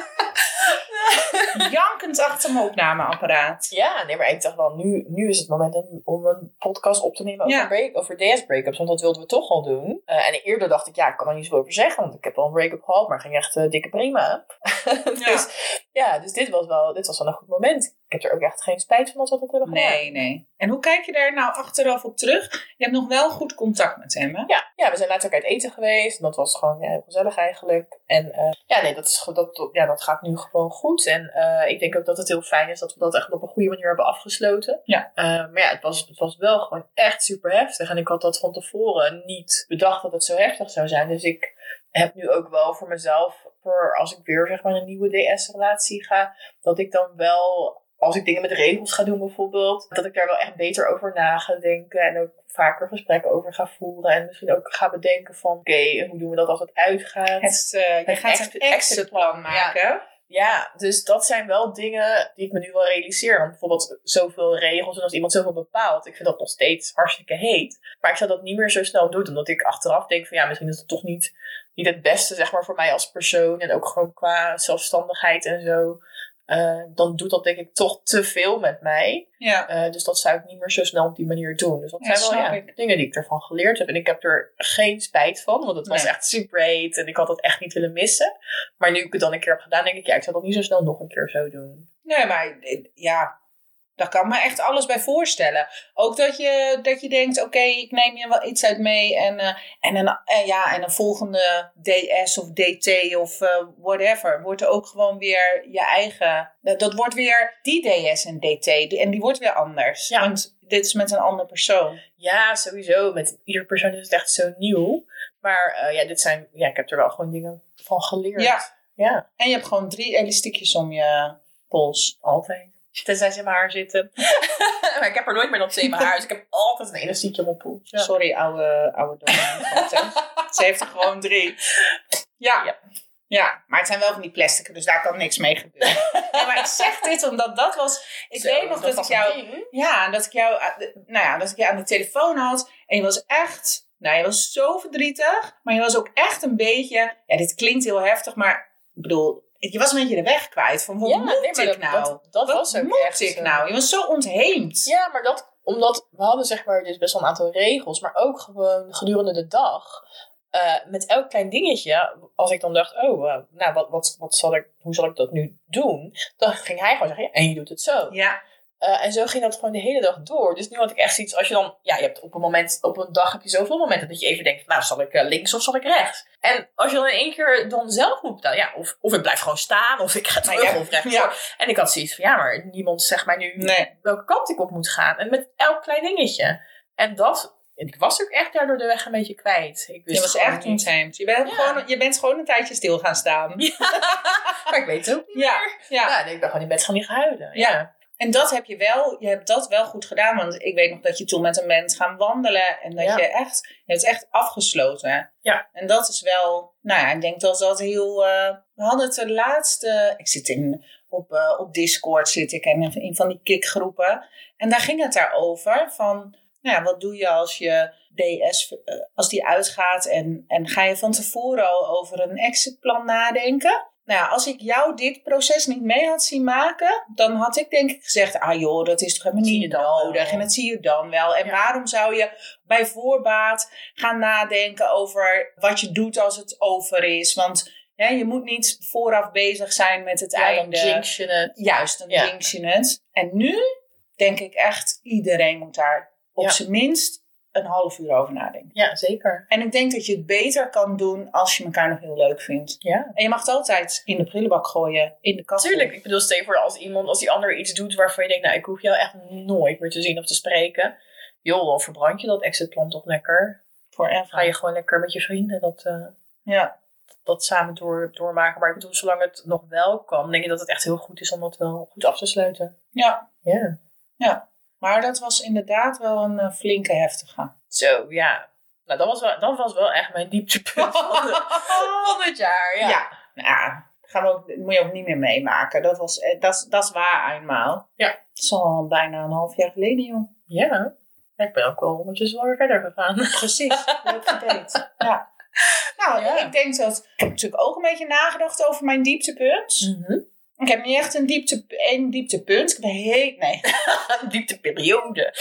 jankend achter mijn opnameapparaat. Ja, nee, maar ik dacht wel, nu, nu is het moment om, om een podcast op te nemen over, Ja. break, over D S-breakups. Want dat wilden we toch al doen. Uh, en eerder dacht ik, ja, ik kan er niet zoveel over zeggen. Want ik heb wel een break-up gehad, maar ging echt uh, dikke prima. dus ja, dus dit was wel, dit was wel een goed moment. Ik heb er ook echt geen spijt van als we dat hebben gedaan. Nee, nee. En hoe kijk je daar nou achteraf op terug? Je hebt nog wel goed contact met hem, hè? Ja, ja, we zijn laatst ook uit eten geweest. En dat was gewoon ja, heel gezellig eigenlijk. En uh, ja, nee, dat, is, dat, ja, dat gaat nu gewoon goed. En uh, ik denk ook dat het heel fijn is dat we dat echt op een goede manier hebben afgesloten. Ja. Uh, maar ja, het was, het was wel gewoon echt super heftig. En ik had dat van tevoren niet bedacht dat het zo heftig zou zijn. Dus ik heb nu ook wel voor mezelf, voor als ik weer zeg maar een nieuwe D S-relatie ga, dat ik dan wel, als ik dingen met regels ga doen bijvoorbeeld, dat ik daar wel echt beter over na ga denken en ook vaker gesprekken over ga voeren en misschien ook ga bedenken van oké, okay, hoe doen we dat als het uitgaat? Het, uh, je gaat exit, een exitplan maken. Ja. Ja, dus dat zijn wel dingen die ik me nu wel realiseer. Want bijvoorbeeld zoveel regels en als iemand zoveel bepaalt, ik vind dat nog steeds hartstikke heet. Maar ik zou dat niet meer zo snel doen, omdat ik achteraf denk van ja, misschien is het toch niet, niet het beste zeg maar voor mij als persoon en ook gewoon qua zelfstandigheid en zo. Uh, dan doet dat denk ik toch te veel met mij. Ja. Uh, dus dat zou ik niet meer zo snel op die manier doen. Dus dat ja, zijn wel ja, dingen die ik ervan geleerd heb. En ik heb er geen spijt van. Want het was nee. echt super heet. En ik had dat echt niet willen missen. Maar nu ik het dan een keer heb gedaan, denk ik, ja, ik zou dat niet zo snel nog een keer zo doen. Nee, maar ja, daar kan ik me echt alles bij voorstellen. Ook dat je, dat je denkt, oké, okay, ik neem je wel iets uit mee. En, uh, en, een, uh, ja, en een volgende D S of D T of uh, whatever. Wordt er ook gewoon weer je eigen. Dat wordt weer die D S en D T. En die wordt weer anders. Ja. Want dit is met een andere persoon. Ja, sowieso. Met ieder persoon is het echt zo nieuw. Maar uh, ja, dit zijn, ja, ik heb er wel gewoon dingen van geleerd. Ja. ja. En je hebt gewoon drie elastiekjes om je pols. Altijd. Tenzij ze in mijn haar zitten. Maar ik heb er nooit meer dan twee in mijn haar. Dus ik heb altijd een elastiekje op mijn pols. Ja. Sorry, oude, oude dominant. Ze heeft er gewoon drie. Ja. ja. Ja, maar het zijn wel van die plastic, dus daar kan niks mee gebeuren. Ja, maar ik zeg dit omdat dat was... Ik Zo, weet nog dat, dat ik jou... Ja, dat ik jou... Nou ja, dat ik je aan de telefoon had. En je was echt... Nou, je was zo verdrietig. Maar je was ook echt een beetje... Ja, dit klinkt heel heftig, maar... Ik bedoel... Je was een beetje de weg kwijt. Van wat ja, moet nee, ik dat, nou? Dat, dat wat was ook moet echt ik nou? Je was zo ontheemd. Ja, maar dat... Omdat we hadden zeg maar dus best wel een aantal regels. Maar ook gewoon gedurende de dag... Uh, met elk klein dingetje, als ik dan dacht, oh, uh, nou, wat, wat, wat zal ik, hoe zal ik dat nu doen? Dan ging hij gewoon zeggen, ja, en je doet het zo. Ja. Uh, en zo ging dat gewoon de hele dag door. Dus nu had ik echt zoiets, als je dan, ja, je hebt op een moment, op een dag heb je zoveel momenten dat je even denkt, nou, zal ik uh, links of zal ik rechts? En als je dan in één keer dan zelf moet betalen, ja, of, of ik blijf gewoon staan, of ik ga terug ja, of rechts. Ja. En ik had zoiets van, ja, maar niemand zegt mij nu nee. welke kant ik op moet gaan. En met elk klein dingetje. En dat, en ik was ook echt daardoor de weg een beetje kwijt. Ik wist je was echt ontheemd. Je bent, ja. gewoon, je bent gewoon een tijdje stil gaan staan. Ja. Maar ik weet het ook niet ja. meer. Ja. Ja, ik ben gewoon in bed gaan liggen huilen. Ja. ja. En dat heb je wel, je hebt dat wel goed gedaan. Want ik weet nog dat je toen met een bent gaan wandelen. En dat ja. je echt, je hebt echt afgesloten. Ja. En dat is wel, nou ja, ik denk dat dat heel, uh, we hadden het de laatste, ik zit in, op, uh, op Discord zit ik en in van die kickgroepen. En daar ging het daarover van, nou ja, wat doe je als je D S, uh, als die uitgaat en, en ga je van tevoren al over een exitplan nadenken? Nou ja, als ik jou dit proces niet mee had zien maken, dan had ik denk ik gezegd, ah joh, dat is toch helemaal niet nodig. Wel. En dat zie je dan wel. En ja. waarom zou je bij voorbaat gaan nadenken over wat je doet als het over is? Want hè, je moet niet vooraf bezig zijn met het ja, einde. Dan jinx je het. Juist, dan ja. jinx je het. En nu denk ik echt, iedereen moet daar op ja. zijn minst een half uur over nadenken. Ja, zeker. En ik denk dat je het beter kan doen als je elkaar nog heel leuk vindt. Ja. En je mag het altijd in de prullenbak gooien, in de kast. Tuurlijk. Ik bedoel, stel je voor als iemand, als die ander iets doet waarvan je denkt, nou, ik hoef jou echt nooit meer te zien of te spreken. Joh, dan verbrand je dat exitplan toch lekker. Forever. Ga je gewoon lekker met je vrienden dat, uh, ja. dat samen door, doormaken. Maar ik bedoel, zolang het nog wel kan, denk ik dat het echt heel goed is om dat wel goed af te sluiten. Ja. Ja. Ja. Maar dat was inderdaad wel een uh, flinke heftige. Zo, ja. Nou, dat was wel, dat was wel echt mijn dieptepunt van, de, van het jaar. Ja, ja. Nou, gaan we ook, dat moet je ook niet meer meemaken. Dat, was, dat, dat is waar eenmaal. Ja. Het is al bijna een half jaar geleden, joh. Ja. ja ik ben ook wel ondertussen wel weer verder gegaan. Precies, leuk gedate. Ja. Nou, ja. ik denk dat... Ik heb natuurlijk ook een beetje nagedacht over mijn dieptepunt. Mm-hmm. Ik heb niet echt een, diepte, een dieptepunt. Ik heb een heel... Nee. Een diepteperiode.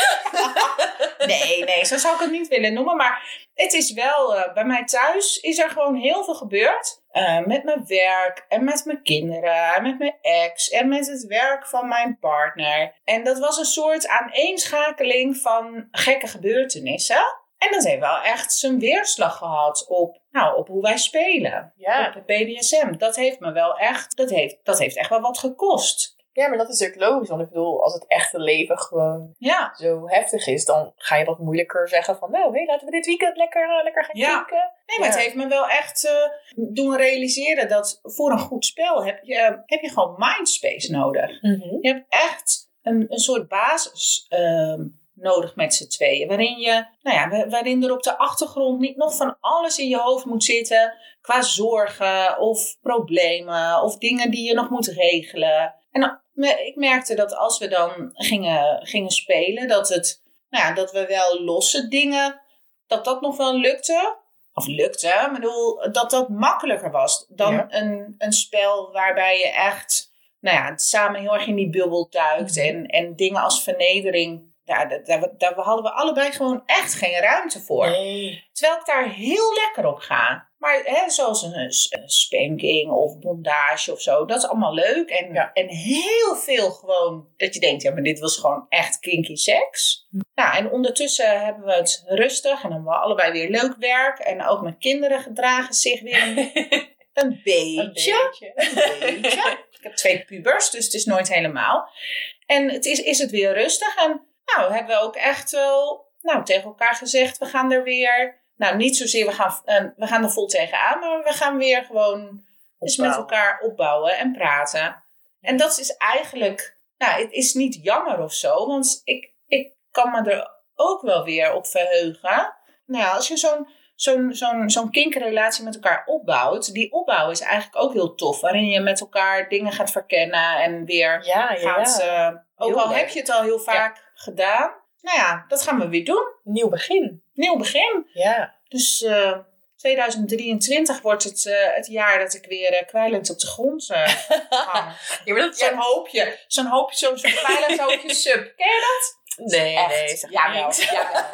nee, nee, zo zou ik het niet willen noemen. Maar het is wel... Uh, bij mij thuis is er gewoon heel veel gebeurd. Uh, met mijn werk en met mijn kinderen en met mijn ex en met het werk van mijn partner. En dat was een soort aaneenschakeling van gekke gebeurtenissen. En dat heeft wel echt zijn weerslag gehad op, nou, op hoe wij spelen. Ja. Op het B D S M. Dat heeft me wel echt, dat heeft, dat heeft echt wel wat gekost. Ja, maar dat is ook logisch. Want ik bedoel, als het echte leven gewoon ja. zo heftig is, dan ga je wat moeilijker zeggen van, nou, hé, laten we dit weekend lekker, uh, lekker gaan ja. kijken. Nee, maar ja. het heeft me wel echt uh, doen realiseren dat voor een goed spel heb je, heb je gewoon mindspace nodig. Mm-hmm. Je hebt echt een, een soort basis uh, nodig met z'n tweeën. Waarin, je, nou ja, waarin er op de achtergrond niet nog van alles in je hoofd moet zitten. Qua zorgen of problemen of dingen die je nog moet regelen. En ik merkte dat als we dan gingen, gingen spelen, dat, het, nou ja, dat we wel losse dingen, dat dat nog wel lukte. Of lukte, ik bedoel, dat dat makkelijker was dan ja. een, een spel waarbij je echt, nou ja, samen heel erg in die bubbel duikt. Mm-hmm. En, en dingen als vernedering. Ja, daar, daar, daar hadden we allebei gewoon echt geen ruimte voor. Nee. Terwijl ik daar heel lekker op ga. Maar hè, zoals een, een spanking of bondage of zo. Dat is allemaal leuk. En, ja. en heel veel gewoon dat je denkt, ja, maar dit was gewoon echt kinky seks. Hm. Nou, en ondertussen hebben we het rustig. En dan hebben we allebei weer leuk werk. En ook mijn kinderen gedragen zich weer een, een beetje. Een beetje. Een beetje. Ik heb twee pubers, dus het is nooit helemaal. En het is, is het weer rustig. En nou, hebben we ook echt wel nou, tegen elkaar gezegd, we gaan er weer, nou niet zozeer, we gaan, uh, we gaan er vol tegenaan, maar we gaan weer gewoon eens met elkaar opbouwen en praten. En dat is eigenlijk, nou, het is niet jammer of zo, want ik, ik kan me er ook wel weer op verheugen. Nou ja, als je zo'n, zo'n, zo'n, zo'n kinkerrelatie met elkaar opbouwt, die opbouw is eigenlijk ook heel tof, waarin je met elkaar dingen gaat verkennen en weer ja, ja, gaat, ja. Uh, ook al heb je het al heel vaak ja. gedaan. Nou ja, dat gaan we weer doen. Nieuw begin. Nieuw begin. Ja. Dus uh, tweeduizend drieëntwintig wordt het, uh, het jaar dat ik weer uh, kwijlend op de grond uh, hang. Ja, maar dat zo'n hoopje. Zo'n hoopje, zo'n, zo'n kwijlend hoopje sub. Ken je dat? Nee, echt. nee. Zeg ja, wel. Ja, wel.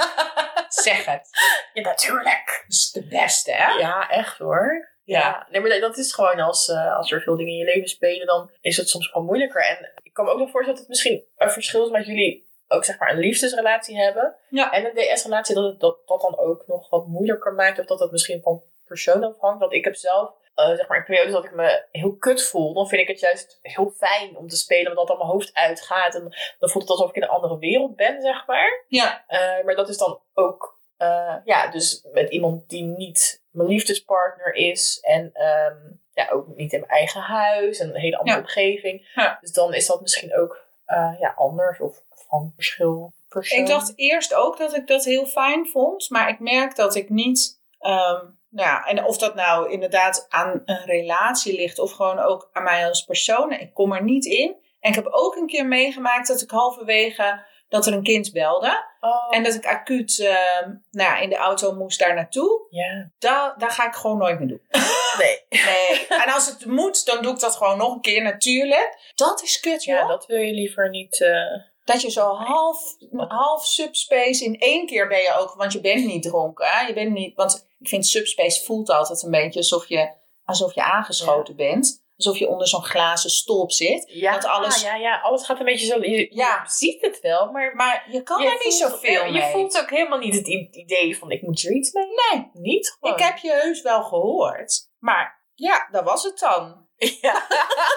Zeg het. Ja, natuurlijk. Dat is de beste, hè? Ja, echt hoor. Ja, ja. Nee, maar dat is gewoon als, uh, als er veel dingen in je leven spelen, dan is het soms gewoon moeilijker. En ik kan me ook nog voorstellen dat het misschien een verschil is met jullie ook zeg maar een liefdesrelatie hebben. Ja. En een D S-relatie, dat het dat, dat dan ook nog wat moeilijker maakt. Of dat het misschien van persoon afhangt. Want ik heb zelf, uh, zeg maar in periodes dat ik me heel kut voel, dan vind ik het juist heel fijn om te spelen. Omdat dan mijn hoofd uitgaat. En dan voelt het alsof ik in een andere wereld ben, zeg maar. Ja. Uh, maar dat is dan ook, uh, ja, dus met iemand die niet mijn liefdespartner is. En um, ja, ook niet in mijn eigen huis. En een hele andere ja. omgeving. Ja. Dus dan is dat misschien ook uh, ja, anders. Of van verschil. Persoon. Ik dacht eerst ook dat ik dat heel fijn vond. Maar ik merk dat ik niet... Um, nou ja, en of dat nou inderdaad aan een relatie ligt. Of gewoon ook aan mij als persoon. Ik kom er niet in. En ik heb ook een keer meegemaakt dat ik halverwege... dat er een kind belde. Oh. En dat ik acuut uh, nou ja, in de auto moest daar naartoe. Ja. Da- daar ga ik gewoon nooit meer doen. Nee. nee. En als het moet, dan doe ik dat gewoon nog een keer natuurlijk. Dat is kut, joh. Ja, dat wil je liever niet... Uh... Dat je zo half, half subspace in één keer ben je ook... Want je bent niet dronken. Hè? Je bent niet... Want ik vind subspace voelt altijd een beetje alsof je, alsof je aangeschoten ja. bent. Alsof je onder zo'n glazen stolp zit. Ja, dat alles, ja, ja, alles gaat een beetje zo... Je, ja. je ziet het wel, maar... Maar je kan je er niet zoveel mee. Je voelt ook helemaal niet het idee van... Ik moet er iets mee. Nee. Niet gewoon. Ik heb je heus wel gehoord. Maar ja, dat was het dan. Ja.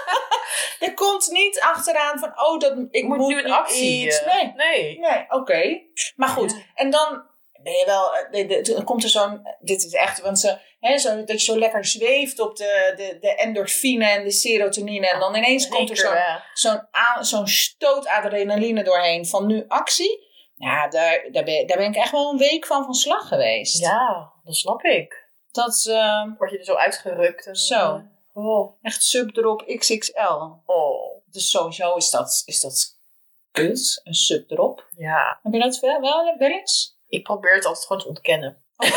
Er komt niet achteraan van... Oh, dat, ik moet, moet nu een actie. Iets. Nee. Nee. Nee, oké. Okay. Maar goed. Ja. En dan... Ben je wel, dan komt er zo'n, dit is echt, want ze, hè, zo, dat je zo lekker zweeft op de, de, de endorfine en de serotonine. En dan ineens ja, komt er zo'n, zo'n, zo'n stoot adrenaline doorheen van nu actie. Ja, daar, daar, ben, daar ben ik echt wel een week van van slag geweest. Ja, dat snap ik. Dat, uh, word je er zo uitgerukt. En, zo. Uh, oh. Echt subdrop X X L. Oh. Dus sowieso is dat, is dat kut, een subdrop. Ja. Heb je dat wel, wel, wel eens? Ik probeer het altijd gewoon te ontkennen. Okay.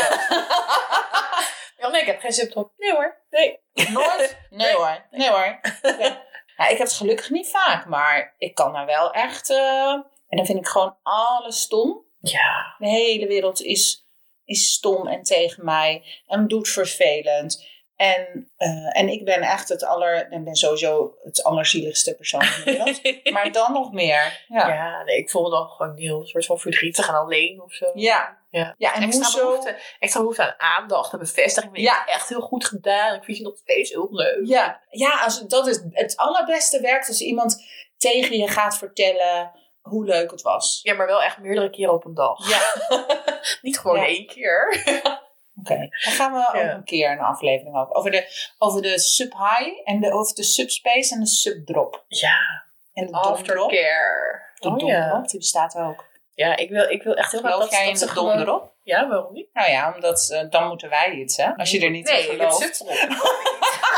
ja, nee, ik heb geen subtop. Nee hoor. Nee. Nooit? Nee, nee hoor. Nee hoor. Okay. Ja, ik heb het gelukkig niet vaak, maar ik kan nou wel echt... Uh, en dan vind ik gewoon alles stom. Ja. De hele wereld is, is stom en tegen mij. En doet vervelend. En, uh, en ik ben echt het aller... Ik ben sowieso het allerzieligste persoon in de wereld. Maar dan nog meer. Ja, ja nee, ik voel me dan gewoon heel soort van verdrietig en alleen of zo. Ja. Ja, ja en extra, hoezo... behoefte, extra behoefte aan aandacht en bevestiging. Ja. Echt heel goed gedaan. Ik vind je nog steeds heel leuk. Ja, ja als, dat is het allerbeste werkt als iemand tegen je gaat vertellen hoe leuk het was. Ja, maar wel echt meerdere keren op een dag. Ja. Niet gewoon ja. één keer. Oké, okay. Dan gaan we ja. ook een keer een aflevering over. Over de, over de sub-high en de, over de subspace en de subdrop. Ja. En de aftercare. De oh, domdrop, ja. die bestaat ook. Ja, ik wil, ik wil echt heel graag geloof dat... jij in de domdrop? Ja, waarom niet? Nou ja, omdat uh, dan moeten wij iets, hè? Als je er niet nee, in gelooft. Nee, subdrop.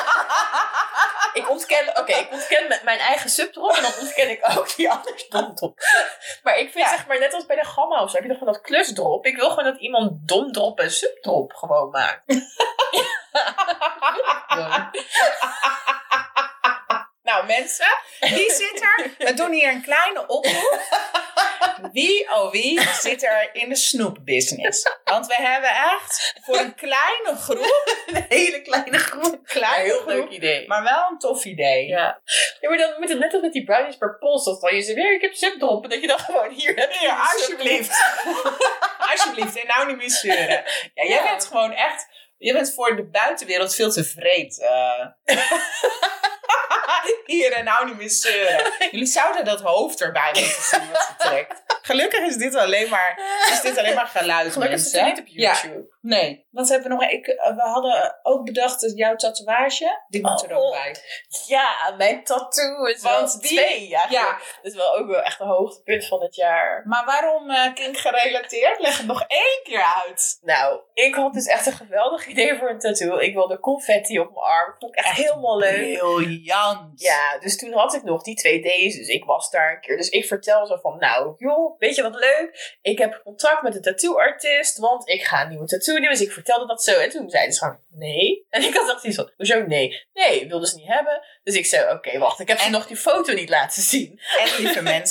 Ik ontken, oké, okay, ik ontken met mijn eigen subdrop en dan ontken ik ook die andere domdrop. Maar ik vind, ja. zeg maar, net als bij de gamma of zo, heb je toch gewoon dat klusdrop. Ik wil gewoon dat iemand domdrop en subdrop gewoon maakt. Nou mensen, wie zit er? We doen hier een kleine oproep. Wie, oh wie, zit er in de snoepbusiness? Want we hebben echt voor een kleine groep... Een hele kleine groep. Een kleine heel groep, leuk idee. Maar wel een tof idee. Ja. Ja, maar dan moet het net als met die brownies per post. Dat dan je ze weer, ik heb subdrop. En dat je dan gewoon hier hebt. Ja, alsjeblieft. Alsjeblieft, en nou niet meer zeuren. Ja, jij ja. bent gewoon echt... Je bent voor de buitenwereld veel te vreed. Uh. Hier en nou niet meer zeuren. Jullie zouden dat hoofd erbij moeten zien wat ze trekt. Gelukkig is dit alleen maar, is dit alleen maar geluid, Gelukkig mensen. is het niet op YouTube. Ja. Nee. Wat hebben we nog? Ik, we hadden ook bedacht dat jouw tatoeage, die moet er oh. ook bij. Ja, mijn tattoo is Want wel die, twee. Ja, ja. Dat is wel ook wel echt een hoogtepunt van het jaar. Maar waarom uh, kink gerelateerd? Leg het nog één keer uit. Nou, ik had dus echt een geweldig idee voor een tattoo. Ik wilde confetti op mijn arm. Vond ik echt, echt helemaal leuk. Briljant. Ja, dus toen had ik nog die twee D's. Dus ik was daar een keer. Dus ik vertel zo van, nou joh, weet je wat leuk? Ik heb contact met een tattooartist, want ik ga een nieuwe tattoo doen. Dus ik vertelde dat zo. En toen zeiden ze gewoon, nee. En ik had dacht iets van, hoezo nee? Nee, wilden ze niet hebben. Dus ik zei, oké, okay, wacht. Ik heb en... ze nog die foto niet laten zien. En lieve mensen,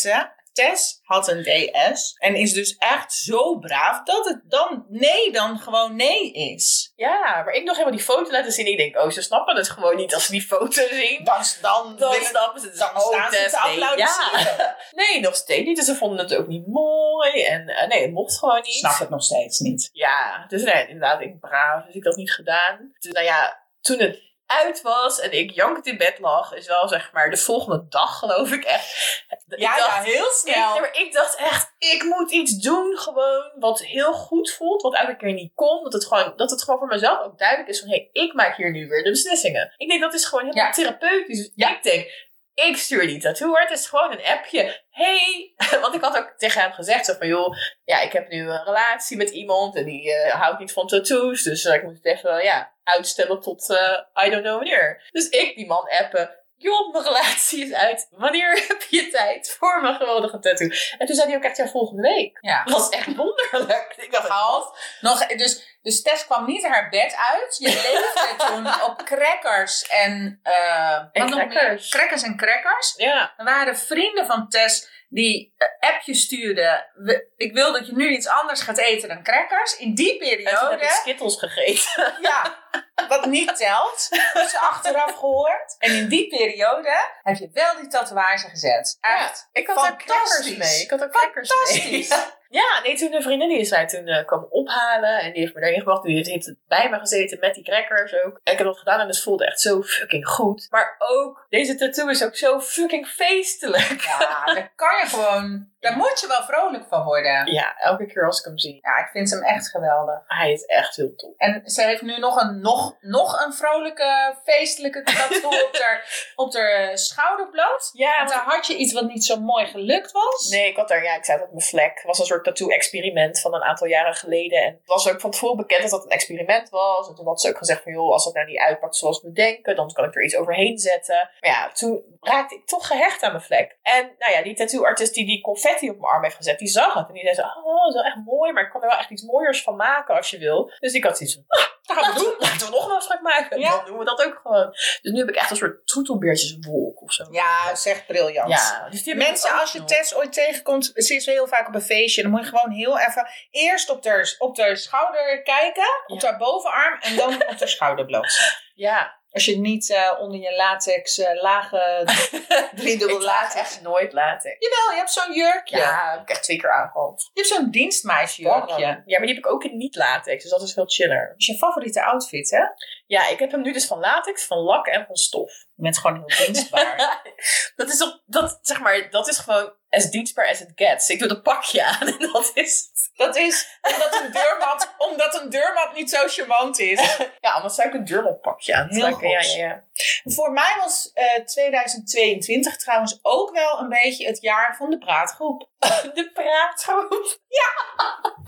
Tess had een D S en is dus echt zo braaf dat het dan nee dan gewoon nee is. Ja, maar ik nog helemaal die foto laten zien. Ik denk, oh, ze snappen het gewoon niet als ze die foto zien. Dan, dan, Dan willen, snappen ze het. dan Oh, staan ze Tess, te nee. applaudisseren. Ja. Nee, nog steeds niet. Dus ze vonden het ook niet mooi. En uh, nee, het mocht gewoon niet. Snap het nog steeds niet. Ja, dus nee, inderdaad, ik braaf. Dus ik dat niet gedaan. Dus nou ja, toen het uit was en ik jankend in bed lag, is wel zeg maar de volgende dag, geloof ik echt. Ik Ja, dacht, ja, heel snel. Ik, maar ik dacht echt, ik moet iets doen gewoon wat heel goed voelt, wat elke keer niet kon. Dat het gewoon, dat het gewoon voor mezelf ook duidelijk is van, hé, hey, ik maak hier nu weer de beslissingen. Ik denk, dat is gewoon helemaal Ja. therapeutisch. Dus Ja. ik denk, ik stuur die tattoo. Het is gewoon een appje. Hey, want ik had ook tegen hem gezegd zo van, joh, ja, ik heb nu een relatie met iemand en die uh, houdt niet van tattoos. Dus uh, ik moet het even, uh, ja, uitstellen tot uh, I don't know wanneer. Dus ik die man appen. Joh, mijn relatie is uit. Wanneer heb je tijd voor mijn geweldige tattoo? En toen zei hij ook echt, ja, volgende week. Ja. Dat was echt wonderlijk. Ik dacht, Gehaald. Nog, dus, dus Tess kwam niet haar bed uit. Je leefde toen op crackers en... Uh, En wat nog meer? crackers. Crackers en crackers. ja. Er waren vrienden van Tess die uh, appjes stuurden. We, ik wil dat je nu iets anders gaat eten dan crackers. In die En toen heb periode... ik Skittles gegeten. Ja, wat niet telt. Dat is achteraf gehoord. En in die periode heb je wel die tatoeage gezet. Echt ik had daar crackers fantastisch. mee. Ik had ook crackers mee. Fantastisch. Ja, nee, toen een vriendin die is mij toen uh, kwam ophalen. En die heeft me daarin gebracht. Die heeft bij me gezeten met die crackers ook. En ik heb dat gedaan en het voelde echt zo fucking goed. Maar ook, deze tattoo is ook zo fucking feestelijk. Ja, daar kan je gewoon... Daar moet je wel vrolijk van worden. Ja, elke keer als ik hem zie. Ja, ik vind hem echt geweldig. Hij is echt heel tof. En ze heeft nu nog een, nog, nog een vrolijke, feestelijke tattoo op haar, op haar schouderblad. Ja, Want daar had je iets wat niet zo mooi gelukt was. Nee, ik had daar, ja, ik zei dat mijn vlek. Het was een soort tattoo-experiment van een aantal jaren geleden. En het was ook van tevoren bekend dat dat een experiment was. En toen had ze ook gezegd van, joh, als dat nou niet uitpakt zoals we denken, dan kan ik er iets overheen zetten. Maar ja, toen raakte ik toch gehecht aan mijn vlek. En nou ja, die tattoo-artist die die confetti op mijn arm heeft gezet, die zag het. En die zei zo, oh, dat is wel echt mooi, maar ik kan er wel echt iets mooiers van maken als je wil. Dus ik had zoiets van, ah, dat gaan we doen. Laten we nog een afspraak maken. Ja. Dan doen we dat ook gewoon. Dus nu heb ik echt een soort troetelbeertjeswolk of zo. Ja, zeg briljant. Ja, dus die heb ik Mensen, ook als je nog. Tess ooit tegenkomt, ze is heel vaak op een feestje, dan moet je gewoon heel even eerst op haar, op haar schouder kijken, op Ja. haar bovenarm en dan op haar schouderblad. Ja, Als je niet uh, onder je latex uh, lage driedubbel ik draag latex. echt nooit latex. Jawel, je hebt zo'n jurkje. Ja, heb ik echt twee keer aangehad. Je hebt zo'n dienstmeisjurkje. Ja, maar die heb ik ook in niet latex, dus dat is veel chiller. Dat is je favoriete outfit, hè? Ja, ik heb hem nu dus van latex, van lak en van stof. Je bent gewoon heel dienstbaar. dat is op, dat, zeg maar, dat is gewoon as dienstbaar as it gets. Ik doe dat pakje aan en dat is het. Dat is omdat een deurmat, omdat een deurmat niet zo charmant is. Ja, anders zou ik een Dermal pakje aan Heel trekken. Ja, goed. ja, ja. Voor mij was uh, tweeduizend tweeëntwintig trouwens ook wel een beetje het jaar van de praatgroep. De praatgroep. Ja.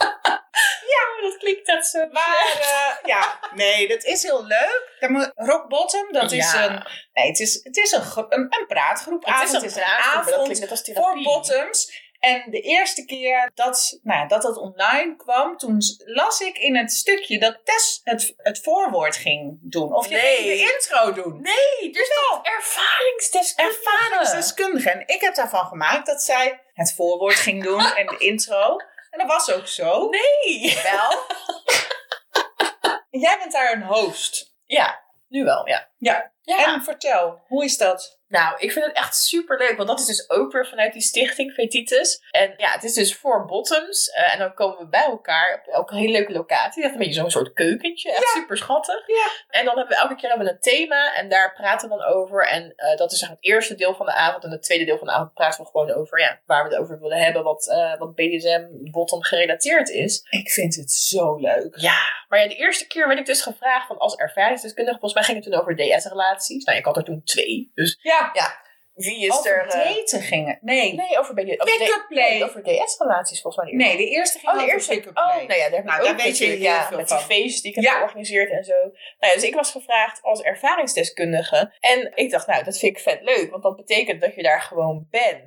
Ja, dat klinkt dat zo. Maar uh, ja, nee, dat is heel leuk. Daar moet- Rock Bottom, dat is Ja. een... Nee, het is, het is een, gro- een, een praatgroepavond. Het is een praatgroep, maar dat avond klinkt net als voor therapie. bottoms. En de eerste keer dat, nou, ja, dat dat online kwam, toen las ik in het stukje dat Tess het, het voorwoord ging doen. Of je Nee. ging de intro doen. Nee, dus dat ervaringsdeskundige. Ervaringsdeskundige. En ik heb daarvan gemaakt dat zij het voorwoord ging doen en de intro. En dat was ook zo. Nee. Wel. En jij bent daar een host. Ja, nu wel, ja. Ja. Ja. En vertel, hoe is dat? Nou, ik vind het echt super leuk, want dat is dus ook weer vanuit die stichting Vetitis. En ja, het is dus voor bottoms. Uh, en dan komen we bij elkaar op elke hele leuke locatie. Echt een beetje zo'n soort keukentje. Echt Ja. super schattig. Ja. En dan hebben we elke keer hebben we een thema en daar praten we dan over. En uh, dat is zeg maar het eerste deel van de avond. En het tweede deel van de avond praten we gewoon over ja, waar we het over willen hebben. Wat, uh, wat B D S M bottom gerelateerd is. Ik vind het zo leuk. Ja, maar ja, de eerste keer werd ik dus gevraagd van als ervaringsdeskundige. Volgens mij ging het toen over D S-relaties. Nou, ik had er toen twee. Dus Ja. ja, wie is Over er... uh, daten gingen. Nee. Nee, over, B D over, Pick-up D- play. nee, over D S-relaties volgens mij. Nee, de eerste ging Oh, de over eerste. pick-up Oh, play. nou ja, daar heb Nou, ik daar ook weet je natuurlijk, heel ja, veel met van. die feestjes die ik heb Ja. georganiseerd en zo. Nou ja, dus ik was gevraagd als ervaringsdeskundige. En ik dacht, nou, dat vind ik vet leuk. Want dat betekent dat je daar gewoon bent.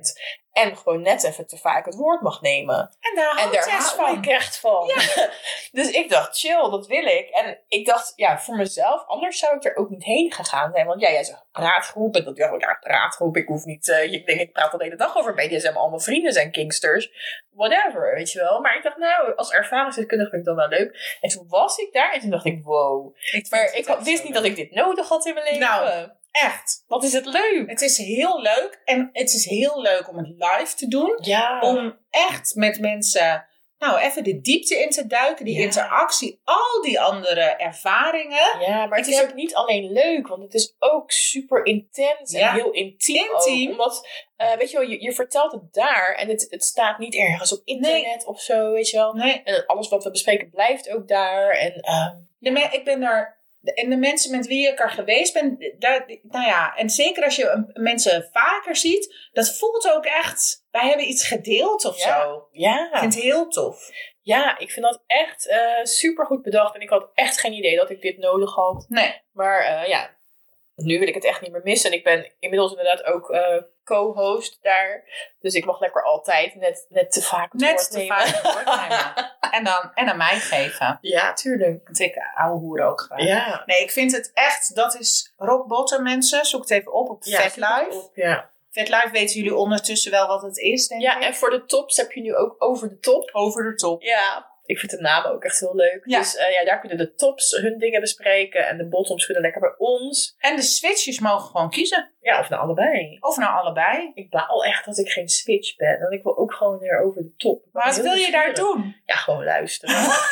En gewoon net even te vaak het woord mag nemen. En daar hou En daar Tess hou van. ik echt van. Ja. Dus ik dacht, chill, dat wil ik. En ik dacht, ja, voor mezelf, anders zou ik er ook niet heen gegaan zijn. Want ja, jij zegt praatgroep. En dat dacht ik, ja, praatgroep. Ik hoef niet, uh, ik denk, ik praat al de hele dag over B D S M. Al mijn vrienden zijn kinksters. Whatever, weet je wel. Maar ik dacht, nou, als ervaringsdeskundige vind ik dat wel leuk. En toen was ik daar en toen dacht ik, wow. Ik maar ik had, wist niet leuk. dat ik dit nodig had in mijn leven. Nou, echt. Wat is het leuk. Het is heel leuk. En het is heel leuk om het live te doen. Ja. Om echt met mensen, nou, even de diepte in te duiken. Die ja. interactie. Al die andere ervaringen. Ja, maar het is heb... ook niet alleen leuk. Want het is ook super intens. En ja. heel intiem. Intiem. Ook, omdat, uh, weet je wel, je, je vertelt het daar. En het, het staat niet ergens op internet nee. of zo, weet je wel. Nee. En alles wat we bespreken blijft ook daar. En, uh, de me- ik ben er... En de mensen met wie ik er geweest ben, daar, nou ja, en zeker als je mensen vaker ziet, dat voelt ook echt, wij hebben iets gedeeld of ja. zo. Ja. Ik vind het heel tof. Ja, ik vind dat echt uh, super goed bedacht. En ik had echt geen idee dat ik dit nodig had. Nee. Maar uh, ja, nu wil ik het echt niet meer missen. En ik ben inmiddels inderdaad ook uh, co-host daar. Dus ik mag lekker altijd net, net te vaak het net woord te nemen. vaak het woord nemen. en, dan, en aan mij geven. Ja, tuurlijk. Want ik ouwe hoer ook graag. Ja. Nee, ik vind het echt, dat is rock bottom mensen. Zoek het even op op ja, FetLife. Ja. FetLife weten jullie ondertussen wel wat het is, denk ja, ik. Ja, en voor de tops heb je nu ook Over de Top. Over de Top. Ja. Ik vind de naam ook echt heel leuk. Ja. Dus uh, ja, daar kunnen de tops hun dingen bespreken. En de bottoms kunnen lekker bij ons. En de switches mogen gewoon kiezen. Ja, of naar allebei. Of naar allebei. Ik baal echt dat ik geen switch ben. Want ik wil ook gewoon weer over de top. Maar wat wil je daar doen? Ja, gewoon luisteren.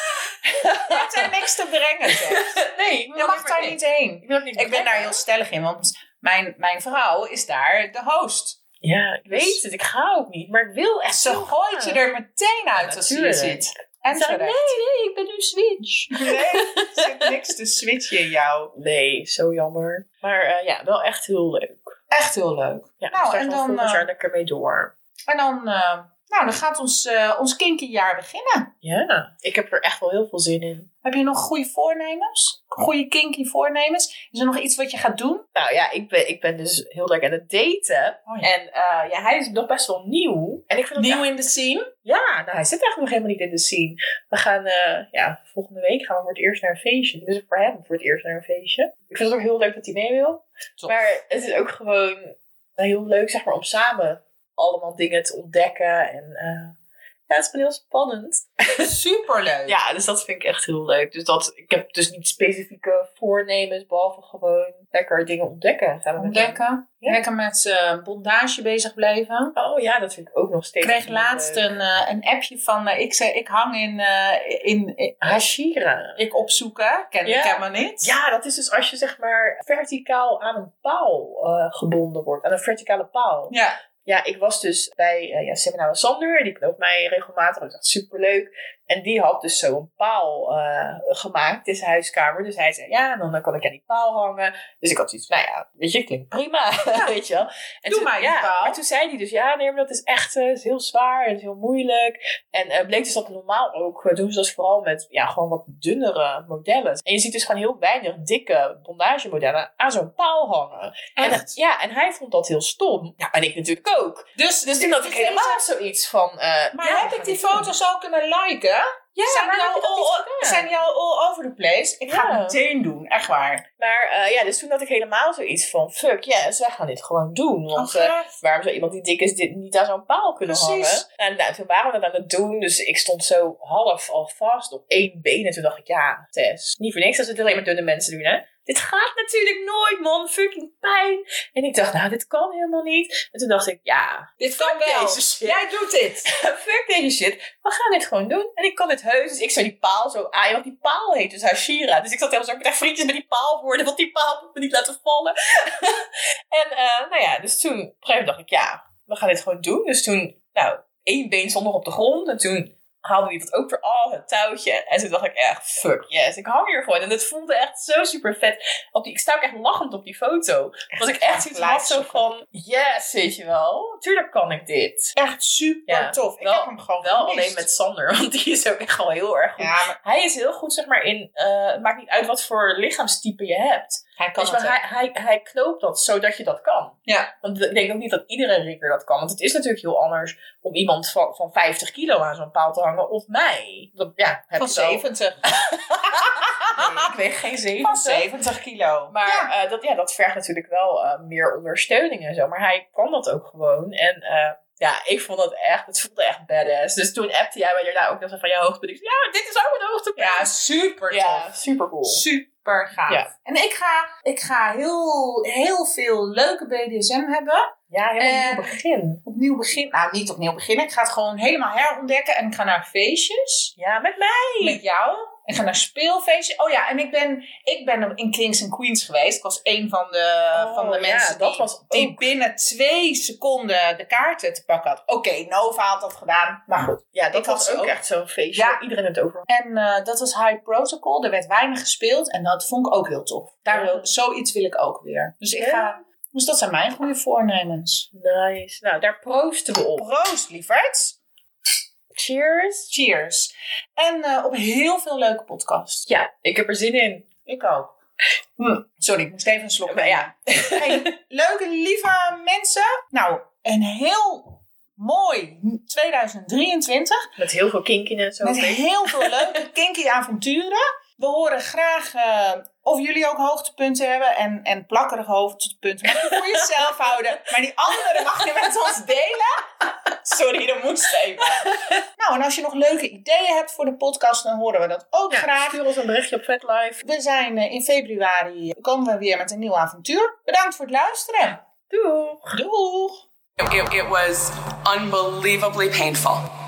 Je hebt er niks te brengen, zeg. Nee, ik wil je mag daar niet heen. Ik, wil niet ik ben daar heel stellig in. Want mijn, mijn vrouw is daar de host. Ja, ik dus weet het. Ik ga ook niet. Maar ik wil echt zo. gooit je er meteen uit ja, als je zit. En zeg ik, nee, nee, ik ben nu switch. Nee, er zit niks te switchen in jou. Nee, zo jammer. Maar uh, ja, wel echt heel leuk. Echt heel leuk. Ja, nou, dus daar en dan volgend jaar uh, lekker mee door. En dan, uh, nou, dan gaat ons, uh, ons kinky jaar beginnen. Ja, ik heb er echt wel heel veel zin in. Heb je nog goede voornemens? Goede kinky voornemens? Is er nog iets wat je gaat doen? Nou ja, ik ben, ik ben dus heel leuk aan het daten. Oh ja. En uh, ja, hij is nog best wel nieuw. En ik vind nieuw echt... in de scene? Ja, nou hij zit eigenlijk nog helemaal niet in de scene. We gaan, uh, ja, volgende week gaan we voor het eerst naar een feestje. Dus voor hem voor het eerst naar een feestje. Ik vind het ook heel leuk dat hij mee wil. Top. Maar het is ook gewoon uh, heel leuk, zeg maar, om samen allemaal dingen te ontdekken. En uh, ja, het is gewoon heel spannend. Superleuk. Ja, dus dat vind ik echt heel leuk. Dus dat, ik heb dus niet specifieke voornemens, behalve gewoon lekker dingen ontdekken. Gaan we ontdekken. Ja. Lekker met uh, bondage bezig blijven. Oh ja, dat vind ik ook nog steeds. Ik kreeg laatst een, uh, een appje van, uh, ik zei, ik hang in, uh, in, in Hashira. Ik opzoeken, ken ja. ik helemaal niet. Ja, dat is dus als je zeg maar verticaal aan een paal uh, gebonden wordt. Aan een verticale paal. Ja. Ja, ik was dus bij uh, ja, Seminar Sander. Die knoopt mij regelmatig. Dat is echt superleuk. En die had dus zo'n paal uh, gemaakt in zijn huiskamer. Dus hij zei, ja, dan, dan kan ik aan die paal hangen. Dus ik had zoiets van, nou ja, weet je, klinkt prima. Ja. Weet je wel. En Doe toen, maar die ja, paal. Maar toen zei hij dus, ja, nee, maar dat is echt uh, is heel zwaar. En is heel moeilijk. En uh, bleek dus dat normaal ook, uh, doen ze dat vooral met, ja, gewoon wat dunnere modellen. En je ziet dus gewoon heel weinig dikke bondagemodellen aan zo'n paal hangen. En, uh, ja, en hij vond dat heel stom. Ja, en ik natuurlijk ook. Dus, dus toen had ik helemaal zoiets van... Uh, maar ja, heb ik die foto's al kunnen liken? Ja, zijn maar die al, all, zijn die al all over the place? Ik ja. ga het meteen doen, echt waar. Maar uh, ja, dus toen had ik helemaal zoiets van... Fuck yes, wij gaan dit gewoon doen. Want uh, waarom zou iemand die dik is dit niet aan zo'n paal kunnen Precies. hangen? En nou, toen waren we dat aan het doen. Dus ik stond zo half al vast op één been. En toen dacht ik, ja, Tess, niet voor niks als het alleen maar dunne mensen doen, hè? Dit gaat natuurlijk nooit, man. Fucking pijn. En ik dacht, nou, dit kan helemaal niet. En toen dacht ik, ja, dit kan wel. Deze shit. Jij doet dit. Fuck deze shit. We gaan dit gewoon doen. En ik kan dit heus. Dus ik zou die paal zo aan. Want die paal heet dus Hashira. Dus ik zat helemaal zo met echt vriendjes met die paal worden. Want die paal moet me niet laten vallen. En uh, nou ja, dus toen op een gegeven moment dacht ik, ja, we gaan dit gewoon doen. Dus toen, nou, één been stond nog op de grond. En toen haalde hij dat ook weer af, het touwtje. En toen dacht ik echt, fuck yes, ik hang hier gewoon. En het voelde echt zo super vet. Op die, ik sta ook echt lachend op die foto. Was ik echt zoiets had zo van, yes, weet je wel. Tuurlijk kan ik dit. Echt super ja, tof. Ik wel, heb hem gewoon Wel gemist. alleen met Sander, want die is ook echt gewoon heel erg goed. Ja, maar... Hij is heel goed, zeg maar, in, uh, het maakt niet uit wat voor lichaamstype je hebt. Hij kan dus het hij, hij, hij knoopt dat zodat je dat kan. Ja. Want ik denk ook niet dat iedere rigger dat kan. Want het is natuurlijk heel anders om iemand van, van vijftig kilo aan zo'n paal te hangen. Of mij. Dat, ja, heb Van ik wel. zeventig. Nee, ik weeg geen zeventig. Van zeventig kilo. Maar ja. uh, dat, ja, dat vergt natuurlijk wel uh, meer ondersteuning en zo. Maar hij kan dat ook gewoon. En uh, ja, ik vond dat echt, het voelde echt badass. Dus toen appte jij mij daarna ook nog zo van je hoogtepunt. Ik zei, ja, dit is ook een hoogtepunt. Ja, super tof. Ja, super cool. Super gaaf. Ja. En ik ga, ik ga heel, heel veel leuke B D S M hebben. Ja, helemaal En- opnieuw begin. Opnieuw beginnen. Nou, niet opnieuw beginnen. Ik ga het gewoon helemaal herontdekken. En ik ga naar feestjes. Ja, met mij. Met jou. Ik ga naar speelfeestjes. Oh ja, en ik ben, ik ben in Kings and Queens geweest. Ik was een van de, Oh, van de ja, mensen dat die, was die ook- binnen twee seconden de kaarten te pakken had. Oké, okay, Nova had dat gedaan. Maar goed. Ja, dat Ik had was ze ook ook. echt zo'n feestje Ja. waar iedereen het over had. En uh, dat was High Protocol. Er werd weinig gespeeld. En dat vond ik ook heel tof. Daar Ja. wil, zoiets wil ik ook weer. Dus ik Ja. ga... Dus dat zijn mijn goede voornemens. Nice. Nou, daar proosten we op. Proost, lieverds. Cheers. Cheers. En uh, op heel veel leuke podcasts. Ja, ik heb er zin in. Ik ook. Hm. Sorry, ik moest even een slok Maar ja. Hey, leuke, lieve mensen. Nou, een heel mooi tweeduizend drieëntwintig. Met heel veel kinkiness. Met heel veel leuke, kinky avonturen. We horen graag uh, of jullie ook hoogtepunten hebben. En, en plakkerige hoogtepunten mag je voor jezelf houden. Maar die andere mag je met ons delen. Sorry, dat moest even. Nou, en als je nog leuke ideeën hebt voor de podcast, dan horen we dat ook Ja, graag. stuur ons een berichtje op VetLife. We zijn uh, in februari, komen we weer met een nieuw avontuur. Bedankt voor het luisteren. Doeg! Doeg! It, it was unbelievably painful.